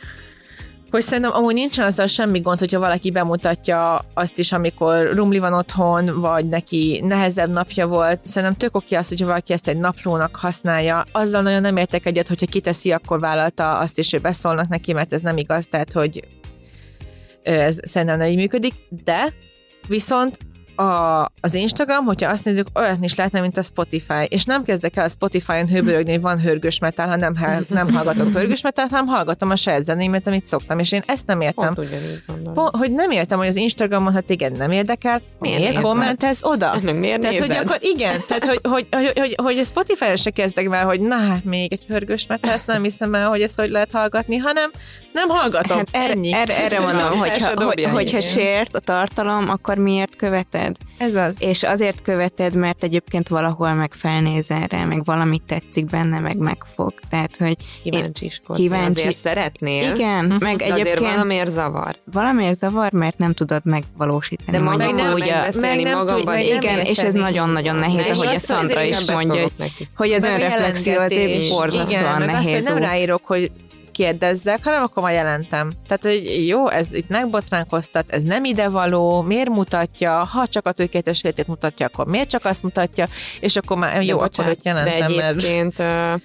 Speaker 2: hogy szerintem amúgy nincsen azzal semmi gond, hogyha valaki bemutatja azt is, amikor rumli van otthon, vagy neki nehezebb napja volt. Szerintem tök oké az, hogyha valaki ezt egy naplónak használja. Azzal nagyon nem értek egyet, hogyha kiteszi, akkor vállalta azt is, hogy beszólnak neki, mert ez nem igaz, tehát hogy ez szerintem nem így működik. De viszont A, az Instagram, hogyha azt nézzük, olyan is lehetne, mint a Spotify, és nem kezdek el a Spotify-on hőbörögni, hogy van hörgős metál, ha nem, nem hallgatok hörgős metált, hanem hallgatom a saját zenémet, amit szoktam, és én ezt nem értem. Pont, hogy nem értem, hogy az Instagramon, ha téged nem érdekel, miért, miért kommentelsz oda?
Speaker 3: Nem, miért
Speaker 2: tehát, hogy akkor igen, tehát, hogy, hogy, hogy, hogy, hogy a Spotify-on se kezdek már, hogy na hát még egy hörgős metál, ezt nem hiszem el, hogy ezt hogy lehet hallgatni, hanem nem hallgatom. Hát
Speaker 4: ennyi. Erre, erre mondom, hogyha, hogy, hogyha sért a tartalom, akkor miért követed?
Speaker 2: Ez az.
Speaker 4: És azért követed, mert egyébként valahol meg felnézel rá, meg valamit tetszik benne, meg megfog. Tehát, hogy
Speaker 3: kíváncsiskodni. Kíváncsi... Azért szeretnél.
Speaker 4: Igen,
Speaker 3: hm.
Speaker 4: meg
Speaker 3: de
Speaker 4: egyébként...
Speaker 3: azért valamiért zavar.
Speaker 4: Valamiért zavar, mert nem tudod megvalósítani.
Speaker 3: De meg nem,
Speaker 4: nem
Speaker 3: megbeszélni magamban.
Speaker 4: Igen, és ez nagyon-nagyon nehéz, ahogy a Szandra is mondja, hogy az önreflexió azért borzasztóan nehéz
Speaker 2: út. Nem ráírok, hogy kérdezzek, hanem akkor majd jelentem. Tehát, hogy jó, ez itt megbotránkoztat, ez nem idevaló, miért mutatja, ha csak a tökéletességét mutatja, akkor miért csak azt mutatja, és akkor már jó, de akkor ott jelentem.
Speaker 3: De egyébként mert...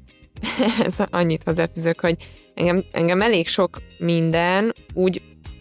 Speaker 3: ez annyit hozzáfűzök, hogy engem, engem elég sok minden úgy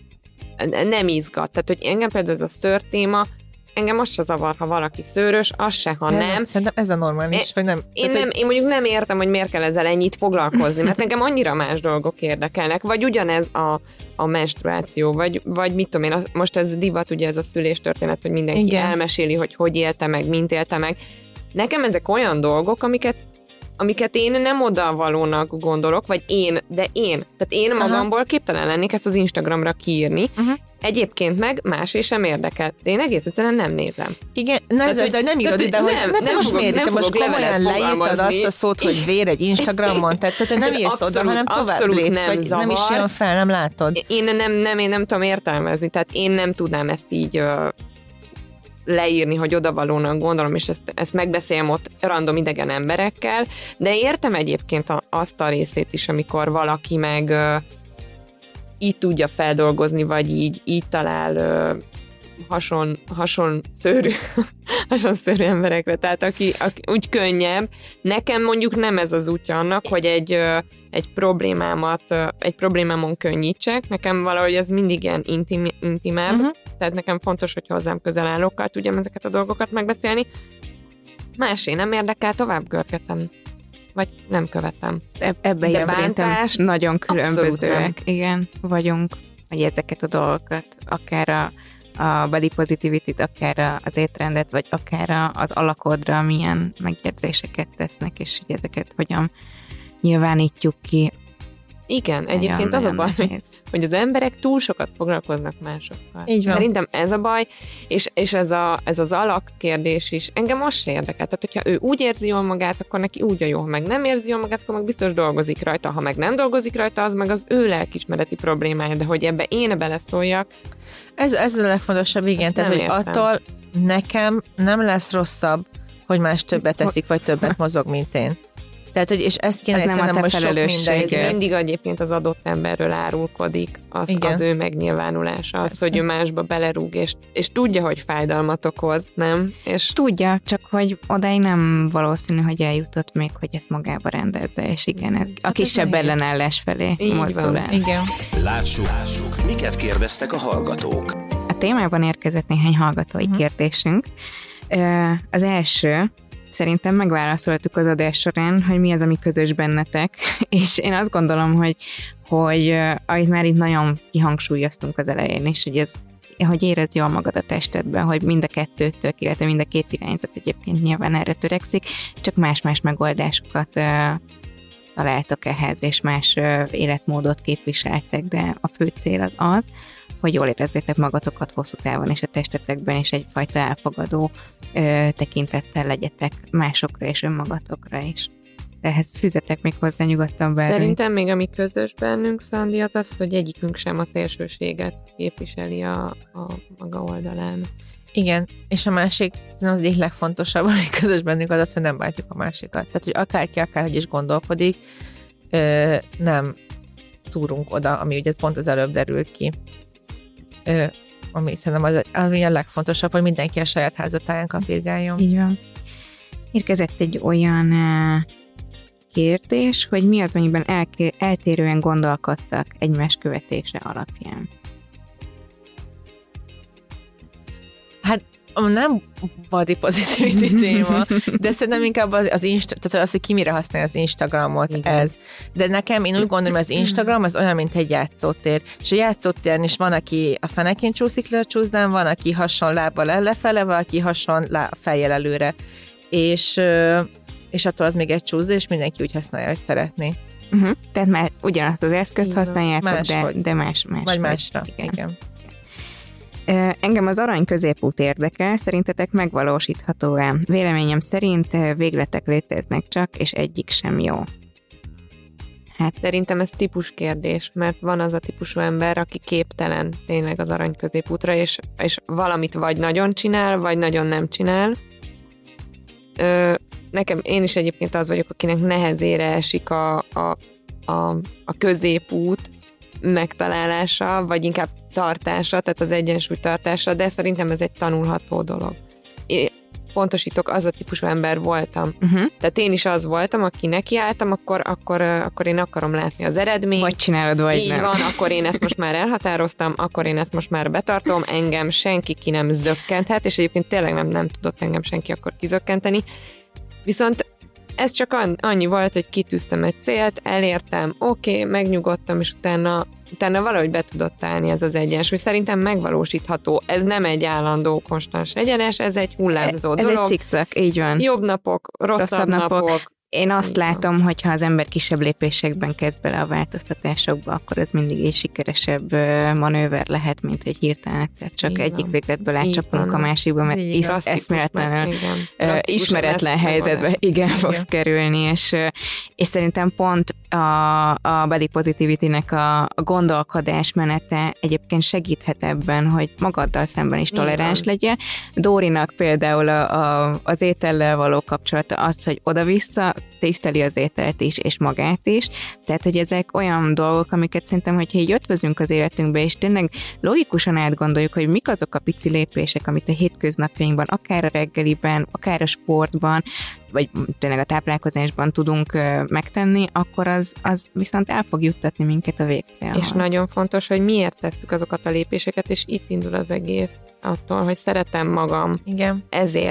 Speaker 3: nem izgat. Tehát, hogy engem például ez a szőr téma, engem most se zavar, ha valaki szőrös, az se, ha nem. nem.
Speaker 2: Szerintem ez a normális, én, hogy nem.
Speaker 3: Én,
Speaker 2: tehát,
Speaker 3: nem
Speaker 2: hogy...
Speaker 3: én mondjuk nem értem, hogy miért kell ezzel ennyit foglalkozni, mert nekem annyira más dolgok érdekelnek, vagy ugyanez a, a menstruáció, vagy, vagy mit tudom én, most ez divat, ugye ez a szüléstörténet, hogy mindenki igen. elmeséli, hogy hogy élte meg, mint élte meg. Nekem ezek olyan dolgok, amiket amiket én nem odavalónak gondolok, vagy én, de én. Tehát én magamból aha. képtelen lennék ezt az Instagramra kiírni. Uh-huh. Egyébként meg másé sem érdekel. De én egész egyszerűen nem nézem.
Speaker 2: Igen, na ez az, de nem írod ide, hogy nem, nem, nem most miért, te most komolyan leírtad azt a szót, hogy vér egy Instagramon, tehát, tehát nem írsz oda, hanem tovább lépsz, vagy nem is jön fel, nem látod.
Speaker 3: Én nem, nem, én nem tudom értelmezni, tehát én nem tudnám ezt így leírni, hogy odavalónak gondolom, és ezt, ezt megbeszéljem ott random idegen emberekkel, de értem egyébként a, azt a részét is, amikor valaki meg uh, így tudja feldolgozni, vagy így, így talál uh, hason, hason szőrű, hason szőrű emberekre, tehát aki, aki úgy könnyebb. Nekem mondjuk nem ez az útja annak, hogy egy, uh, egy problémámat, uh, egy problémámon könnyítsek, nekem valahogy ez mindig ilyen intim, intimább, uh-huh. Tehát nekem fontos, hogy hozzám közel állókkal tudjam ezeket a dolgokat megbeszélni. Másé nem érdekel, tovább görgetem. vagy nem követem.
Speaker 4: Ebben is szerintem nagyon különbözőek, igen, vagyunk, hogy ezeket a dolgokat, akár a, a body positivity-t, akár az étrendet, vagy akár az alakodra milyen megjegyzéseket tesznek, és hogy ezeket hogyan nyilvánítjuk ki.
Speaker 3: Igen, nagyon, egyébként az a baj, nehéz. hogy az emberek túl sokat foglalkoznak másokkal.
Speaker 2: Így van.
Speaker 3: Szerintem ez a baj, és, és ez, a, ez az alakkérdés is engem most se érdekel. Tehát, hogyha ő úgy érzi jól magát, akkor neki úgy a jó. Ha meg nem érzi jól magát, akkor meg biztos dolgozik rajta. Ha meg nem dolgozik rajta, az meg az ő lelkiismereti problémája. De hogy ebbe én beleszóljak.
Speaker 2: Ez, ez a legfontosabb, igen. Tehát, hogy értem. Attól nekem nem lesz rosszabb, hogy más többet teszik, vagy többet mozog, mint én. Tehát, hogy, és ezt kéne,
Speaker 4: ez nem a
Speaker 3: sok minden, mindig egyébként az adott emberről árulkodik, az, az ő megnyilvánulása, az, Persze. hogy ő másba belerúg, és, és tudja, hogy fájdalmat okoz, nem? És
Speaker 4: tudja, csak hogy odáig nem valószínű, hogy eljutott még, hogy ezt magába rendezze, és igen, ez, a kisebb ellenállás felé mozdul el.
Speaker 2: Igen.
Speaker 1: Lássuk, lássuk, miket kérdeztek a hallgatók.
Speaker 4: A témában érkezett néhány hallgatói hmm. kérdésünk. Az első, szerintem megválaszoltuk az adás során, hogy mi az, ami közös bennetek, és én azt gondolom, hogy, hogy ahogy már itt nagyon kihangsúlyoztunk az elején is, hogy, ez, hogy érezd jól magad a testedben, hogy mind a kettőtől, illetve mind a két irányzat egyébként nyilván erre törekszik, csak más-más megoldásokat uh, találtok ehhez, és és uh, életmódot képviseltek, de a fő cél az az, hogy jól érezzétek magatokat hosszú távon, és a testetekben is egyfajta elfogadó ö, tekintettel legyetek másokra és önmagatokra is. Ehhez fűzetek még hozzá nyugodtan bármi.
Speaker 3: Szerintem még ami közös bennünk, Szandi, az az, hogy egyikünk sem a szélsőséget képviseli a, a maga oldalán.
Speaker 2: Igen, és a másik, szerintem az egyik legfontosabb, ami közös bennünk az az, hogy nem bántjuk a másikat. Tehát, hogy akárki, akárhogy is gondolkodik, ö, nem szúrunk oda, ami ugye pont az előbb derült ki. Ö, ami szerintem az, ami a legfontosabb, hogy mindenki a saját házatáján kapirgáljon.
Speaker 4: Így van. Érkezett egy olyan uh, kérdés, hogy mi az, amiben elké- eltérően gondolkodtak egymás követése alapján.
Speaker 2: Hát nem body positivity téma, de szerintem inkább az, az, Insta, tehát az, hogy ki mire használja az Instagramot, igen. Ez. De nekem, én úgy gondolom, hogy az Instagram az olyan, mint egy játszótér. És a játszótéren is van, aki a fenekén csúszik le a csúszdán, van, aki hason lábbal ellefele, van, aki hason lá, fejjel előre. És, és attól az még egy csúszda, és mindenki úgy használja, hogy szeretné.
Speaker 4: Uh-huh. Tehát már ugyanazt az eszközt használjátok,
Speaker 2: más
Speaker 4: de,
Speaker 2: vagy.
Speaker 4: de más, más.
Speaker 2: Vagy másra, igen. igen.
Speaker 4: Engem az arany középút érdekel, szerintetek megvalósítható-e? Véleményem szerint végletek léteznek csak, és egyik sem jó.
Speaker 3: Hát szerintem ez típus kérdés, mert van az a típusú ember, aki képtelen tényleg az arany középútra, és, és valamit vagy nagyon csinál, vagy nagyon nem csinál. Ö, nekem, én is egyébként az vagyok, akinek nehezére esik a, a, a, a középút megtalálása, vagy inkább tartása, tehát az egyensúly tartása, de szerintem ez egy tanulható dolog. Én pontosítok, az a típusú ember voltam. Uh-huh. Tehát én is az voltam, aki nekiálltam, akkor, akkor, akkor én akarom látni az eredményt.
Speaker 4: Vagy csinálod, vagy
Speaker 3: így
Speaker 4: nem.
Speaker 3: van, akkor én ezt most már elhatároztam, akkor én ezt most már betartom, engem senki ki nem zökkenthet, és egyébként tényleg nem, nem tudott engem senki akkor kizökkenteni. Viszont ez csak annyi volt, hogy kitűztem egy célt, elértem, oké, okay, megnyugodtam, és utána, utána valahogy be tudott állni ez az egyensúly. Szerintem megvalósítható. Ez nem egy állandó, konstans egyenes, ez egy hullámzó
Speaker 4: ez
Speaker 3: dolog.
Speaker 4: Ez egy cikcak, így van.
Speaker 3: Jobb napok, rosszabb, rosszabb napok. napok.
Speaker 4: Én azt látom, hogy ha az ember kisebb lépésekben kezd bele a változtatásokba, akkor ez mindig egy sikeresebb manőver lehet, mint hogy hirtelen egyszer csak így egyik van. Végletből átcsapolunk a másikba, mert is, eszméletlenül ismeretlen helyzetbe igen, igen. fogsz kerülni, és, és szerintem pont a, a body positivity-nek a, a gondolkodás menete egyébként segíthet ebben, hogy magaddal szemben is toleráns legyen. Dórinak például a, a, az étellel való kapcsolata az, hogy oda-vissza tiszteli az ételt is, és magát is. Tehát, hogy ezek olyan dolgok, amiket szerintem, hogyha így ötvözünk az életünkbe, és tényleg logikusan átgondoljuk, hogy mik azok a pici lépések, amit a hétköznapjainkban, akár a reggeliben, akár a sportban, vagy tényleg a táplálkozásban tudunk megtenni, akkor az, az viszont el fog juttatni minket a végcélhoz.
Speaker 3: És nagyon fontos, hogy miért tesszük azokat a lépéseket, és itt indul az egész attól, hogy szeretem magam.
Speaker 2: Igen.
Speaker 3: Ezért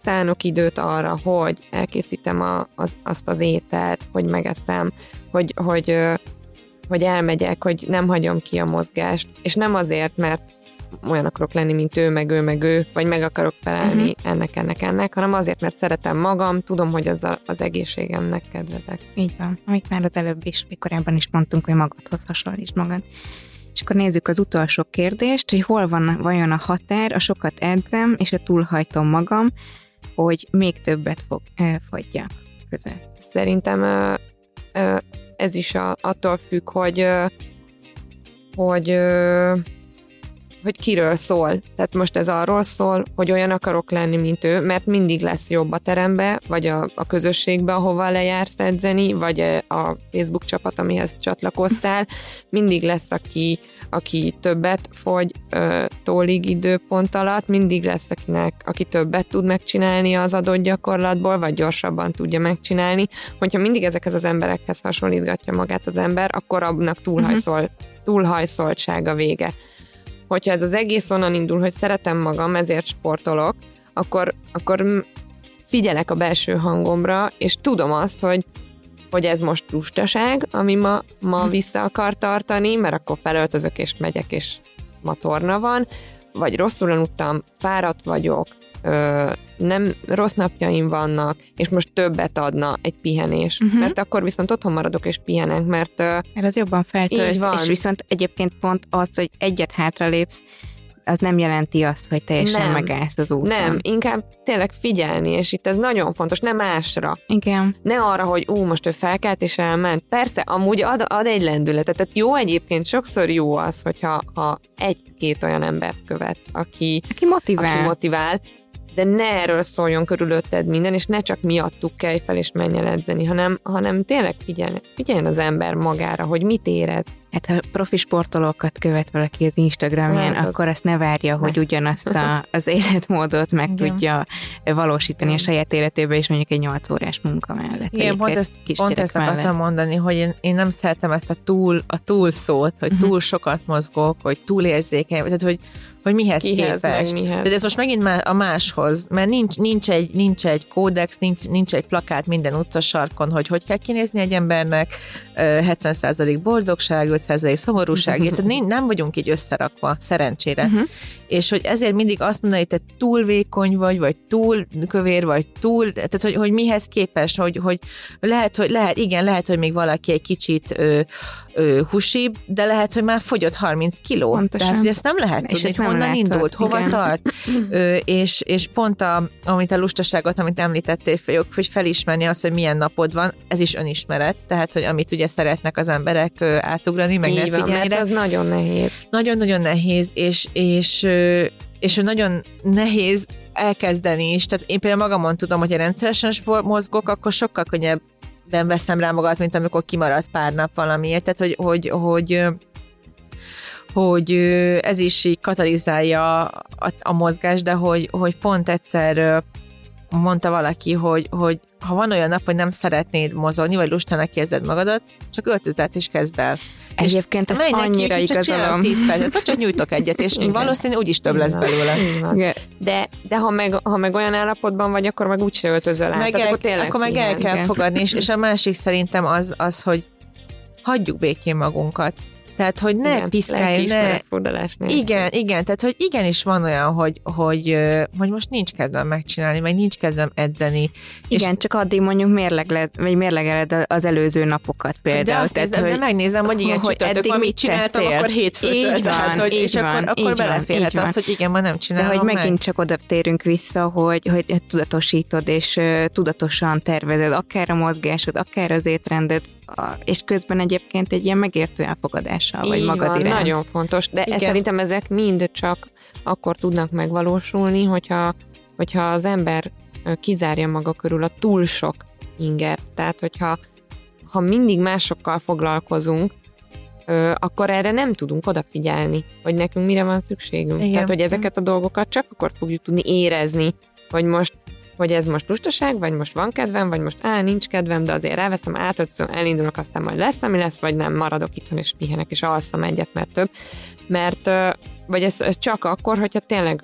Speaker 3: szánok időt arra, hogy elkészítem a, az, azt az ételt, hogy megeszem, hogy, hogy, hogy elmegyek, hogy nem hagyom ki a mozgást, és nem azért, mert olyan akarok lenni, mint ő, meg ő, meg ő, vagy meg akarok felelni uh-huh. ennek, ennek, ennek, hanem azért, mert szeretem magam, tudom, hogy az a, az egészségemnek kedvezek.
Speaker 4: Így van. Amit már az előbb is, vagy korábban is mondtunk, hogy magadhoz hasonlítsd magad. És akkor nézzük az utolsó kérdést, hogy hol van vajon a határ, a sokat edzem, és a túlhajtom magam, hogy még többet fog, eh, fogyjak között.
Speaker 3: Szerintem eh, eh, ez is a, attól függ, hogy eh, hogy eh, hogy kiről szól. Tehát most ez arról szól, hogy olyan akarok lenni, mint ő, mert mindig lesz jobb a terembe, vagy a, a közösségbe, ahova lejársz edzeni, vagy a Facebook csapat, amihez csatlakoztál. Mindig lesz, aki, aki többet fogy ö, tólig időpont alatt, mindig lesz, akinek, aki többet tud megcsinálni az adott gyakorlatból, vagy gyorsabban tudja megcsinálni. Hogyha mindig ezekhez az emberekhez hasonlítgatja magát az ember, akkor abnak túlhajszol, uh-huh. túlhajszoltsága vége. Hogyha ez az egész onnan indul, hogy szeretem magam, ezért sportolok, akkor, akkor figyelek a belső hangomra, és tudom azt, hogy, hogy ez most lustaság, ami ma, ma vissza akar tartani, mert akkor felöltözök, és megyek, és ma torna van, vagy rosszul aludtam, fáradt vagyok, ö, nem rossz napjaim vannak, és most többet adna egy pihenés. Uh-huh. Mert akkor viszont otthon maradok, és pihenek, mert... Ö,
Speaker 4: mert az jobban feltölt, és viszont egyébként pont az, hogy egyet hátralépsz, az nem jelenti azt, hogy teljesen nem, megállsz az úton.
Speaker 3: Nem, inkább tényleg figyelni, és itt ez nagyon fontos, nem másra.
Speaker 4: Igen.
Speaker 3: Ne arra, hogy ú, most ő felkelt és elment. Persze, amúgy ad, ad egy lendületet. Tehát jó egyébként, sokszor jó az, hogyha ha egy-két olyan ember követ, aki,
Speaker 4: aki motivál.
Speaker 3: Aki motivál, de ne erről szóljon körülötted minden, és ne csak miattuk kelj fel, és menj el edzeni, hanem, hanem tényleg figyeljen, figyeljen az ember magára, hogy mit érez.
Speaker 4: Hát ha profi sportolókat követ valaki az Instagramján, hát akkor az... azt ne várja, hogy ugyanazt a, az életmódot meg igen. tudja valósítani igen. a saját életében is mondjuk egy nyolc órás munka mellett.
Speaker 2: Igen, pont ezt, pont ezt akartam mondani, hogy én, én nem szeretem ezt a túl, a túl szót, hogy uh-huh. túl sokat mozgok, hogy túl érzékeny, tehát hogy hogy mihez
Speaker 3: Kihez,
Speaker 2: képest.
Speaker 3: Mihez.
Speaker 2: De ez most megint már a máshoz, mert nincs, nincs, egy, nincs egy kódex, nincs, nincs egy plakát minden utcasarkon, hogy hogy kell kinézni egy embernek, hetven százalék boldogság, öt százalék szomorúság, tehát nem vagyunk így összerakva, szerencsére. Uh-huh. És hogy ezért mindig azt mondani, hogy te túl vékony vagy, vagy túl kövér, vagy túl, tehát hogy, hogy mihez képest, hogy, hogy lehet, hogy lehet, igen, lehet, hogy még valaki egy kicsit ö, ö, husibb, de lehet, hogy már fogyott harminc kiló.
Speaker 4: Pontosan.
Speaker 2: Tehát, hogy ezt nem lehet tudni, hogy honnan látod, indult, hova igen. tart. Ö, és, és pont a, amit a lustaságot, amit említettél, hogy felismerni azt, hogy milyen napod van, ez is önismeret, tehát, hogy amit ugye szeretnek az emberek ö, átugrani, meg
Speaker 3: nem figyelni. Mert ez nagyon nehéz.
Speaker 2: Nagyon-nagyon nehéz, és, és, ö, és nagyon nehéz elkezdeni is. Tehát én például magamon tudom, hogy ha rendszeresen mozgok, akkor sokkal könnyebben veszem rá magad, mint amikor kimaradt pár nap valamiért. Tehát, hogy, hogy, hogy hogy ez is így katalizálja a, a mozgást, de hogy, hogy pont egyszer mondta valaki, hogy, hogy ha van olyan nap, hogy nem szeretnéd mozogni, vagy lustának érzed magadat, csak öltözd át és kezd el.
Speaker 4: Egyébként ezt annyira
Speaker 2: ki,
Speaker 4: igazolom.
Speaker 2: tíz percet, csak nyújtok egyet, és igen. valószínűleg úgyis több lesz belőle.
Speaker 3: De, de ha, meg, ha meg olyan állapotban vagy, akkor meg úgyse öltözöl át.
Speaker 2: Meg el,
Speaker 3: akkor, tényleg
Speaker 2: akkor meg el kell fogadni, és, és a másik szerintem az, az, hogy hagyjuk békén magunkat. Tehát, hogy ne igen, piszkálj, ne... Igen, igen, tehát, hogy igenis van olyan, hogy, hogy, hogy most nincs kedvem megcsinálni, meg nincs kedvem edzeni.
Speaker 4: Igen, és csak addig mondjuk mérlegled, vagy mérlegeled az előző napokat például.
Speaker 2: De azt tehát, nézem, hogy, de megnézem, hogy igen, csütörtök, amit csináltam, akkor hétfőtől.
Speaker 4: Így van,
Speaker 2: hogy,
Speaker 4: így
Speaker 2: és
Speaker 4: van,
Speaker 2: akkor, akkor beleférhet az, hogy igen, ma nem csinálom
Speaker 4: de hogy
Speaker 2: meg.
Speaker 4: megint csak oda térünk vissza, hogy, hogy tudatosítod, és uh, tudatosan tervezed, akár a mozgásod, akár az étrended, és közben egyébként egy ilyen megértő elfogadással, vagy magad
Speaker 3: van,
Speaker 4: iránt.
Speaker 3: Nagyon fontos, de ez szerintem ezek mind csak akkor tudnak megvalósulni, hogyha, hogyha az ember kizárja maga körül a túl sok ingert. Tehát, hogyha ha mindig másokkal foglalkozunk, akkor erre nem tudunk odafigyelni, hogy nekünk mire van szükségünk. Igen. Tehát, hogy ezeket a dolgokat csak akkor fogjuk tudni érezni, hogy most hogy ez most lustaság, vagy most van kedvem, vagy most á, nincs kedvem, de azért elveszem, átöltözöm, elindulok, aztán majd lesz, ami lesz, vagy nem, maradok itthon, és pihenek, és alszom egyet, mert több. Mert, vagy ez, ez csak akkor, hogyha tényleg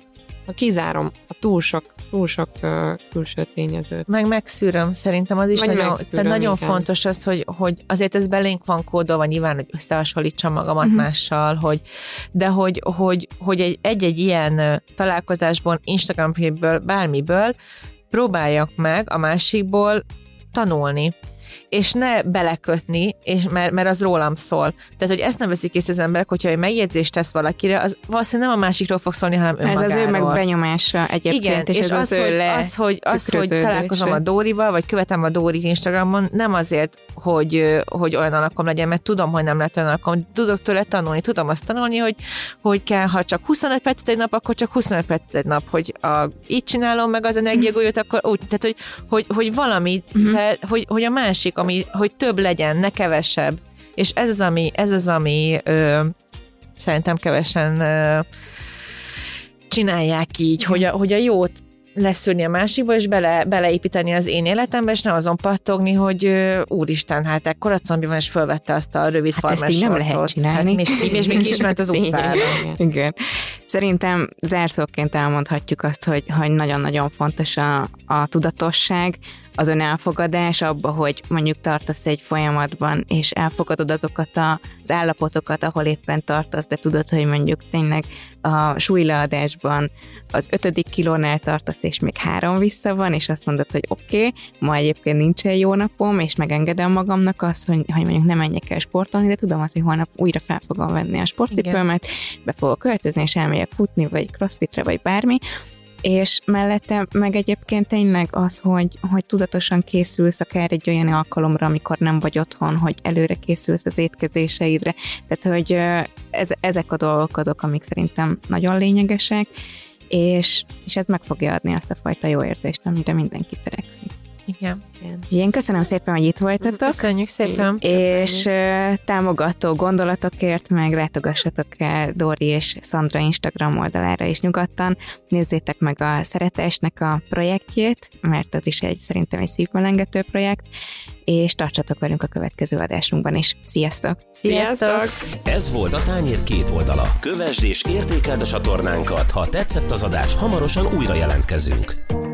Speaker 3: ha kizárom a túl sok, túl sok uh, külső tényezőt.
Speaker 2: Meg megszűröm, szerintem az is
Speaker 3: Vagy
Speaker 2: nagyon,
Speaker 3: megszűröm,
Speaker 2: tehát nagyon
Speaker 3: igen.
Speaker 2: fontos az, hogy, hogy azért ez belénk van kódolva nyilván, hogy összehasonlítsam magamat uh-huh. mással, hogy, de hogy, hogy, hogy egy, egy-egy ilyen találkozásból, Instagramból, bármiből próbáljak meg a másikból tanulni, és ne belekötni, és mert, mert az rólam szól. Tehát, hogy ezt nem veszik észre az emberek, hogyha egy megjegyzést tesz valakire, az valószínűleg nem a másikról fog szólni, hanem önmagáról.
Speaker 4: Ez az ő meg benyomása egyébként,
Speaker 2: igen,
Speaker 4: és,
Speaker 2: és
Speaker 4: ez
Speaker 2: az,
Speaker 4: az,
Speaker 2: hogy,
Speaker 4: ő le
Speaker 2: az, hogy, az, hogy találkozom a Dórival, vagy követem a Dórit Instagramon, nem azért, hogy, hogy olyan alakom legyen, mert tudom, hogy nem lett olyan alakom, tudok tőle tanulni, tudom azt tanulni, hogy, hogy kell, ha csak huszonöt percet egy nap, akkor csak huszonöt percet egy nap, hogy a, így csinálom meg az energiagolyót, akkor úgy, tehát, hogy, hogy, hogy valami, mm-hmm. te, hogy, hogy a másik, ami, hogy több legyen, ne kevesebb. És ez az, ami, ez az, ami ö, szerintem kevesen ö, csinálják így, hogy a, hogy a jót leszűrni a másikból, és bele, beleépíteni az én életembe, és ne azon pattogni, hogy ö, úristen, hát ekkora combi van, és fölvette azt a rövid
Speaker 4: hát
Speaker 2: farmer
Speaker 4: ezt így nem
Speaker 2: sortot.
Speaker 4: lehet csinálni.
Speaker 2: Hát, és, és még ki is ment az utcára.
Speaker 4: Igen. Szerintem zárszóként elmondhatjuk azt, hogy, hogy nagyon-nagyon fontos a, a tudatosság, az önelfogadás abba, hogy mondjuk tartasz egy folyamatban, és elfogadod azokat az állapotokat, ahol éppen tartasz, de tudod, hogy mondjuk tényleg a súlyleadásban az ötödik kilónál tartasz, és még három vissza van, és azt mondod, hogy oké, okay, ma egyébként nincsen jó napom, és megengedem magamnak azt, hogy, hogy mondjuk nem menjek el sportolni, de tudom azt, hogy holnap újra fel fogom venni a sportcipőmet, be fogok költözni, és elmegyek futni, vagy crossfitre, vagy bármi, és mellette meg egyébként tényleg az, hogy, hogy tudatosan készülsz akár egy olyan alkalomra, amikor nem vagy otthon, hogy előre készülsz az étkezéseidre, tehát hogy ez, ezek a dolgok azok, amik szerintem nagyon lényegesek, és, és ez meg fogja adni azt a fajta jó érzést, amire mindenki törekszik.
Speaker 2: Igen.
Speaker 4: Én köszönöm szépen, hogy itt voltatok.
Speaker 2: Köszönjük szépen.
Speaker 4: És uh, támogató gondolatokért meg látogassatok el Dóri és Szandra Instagram oldalára is nyugodtan. Nézzétek meg a Szeretesnek a projektjét, mert az is egy szerintem egy szívmelengető projekt, és tartsatok velünk a következő adásunkban is. Sziasztok!
Speaker 2: Sziasztok!
Speaker 1: Ez volt a Tányér két oldala. Kövesd és értékeld a csatornánkat, ha tetszett az adás, hamarosan újra jelentkezünk.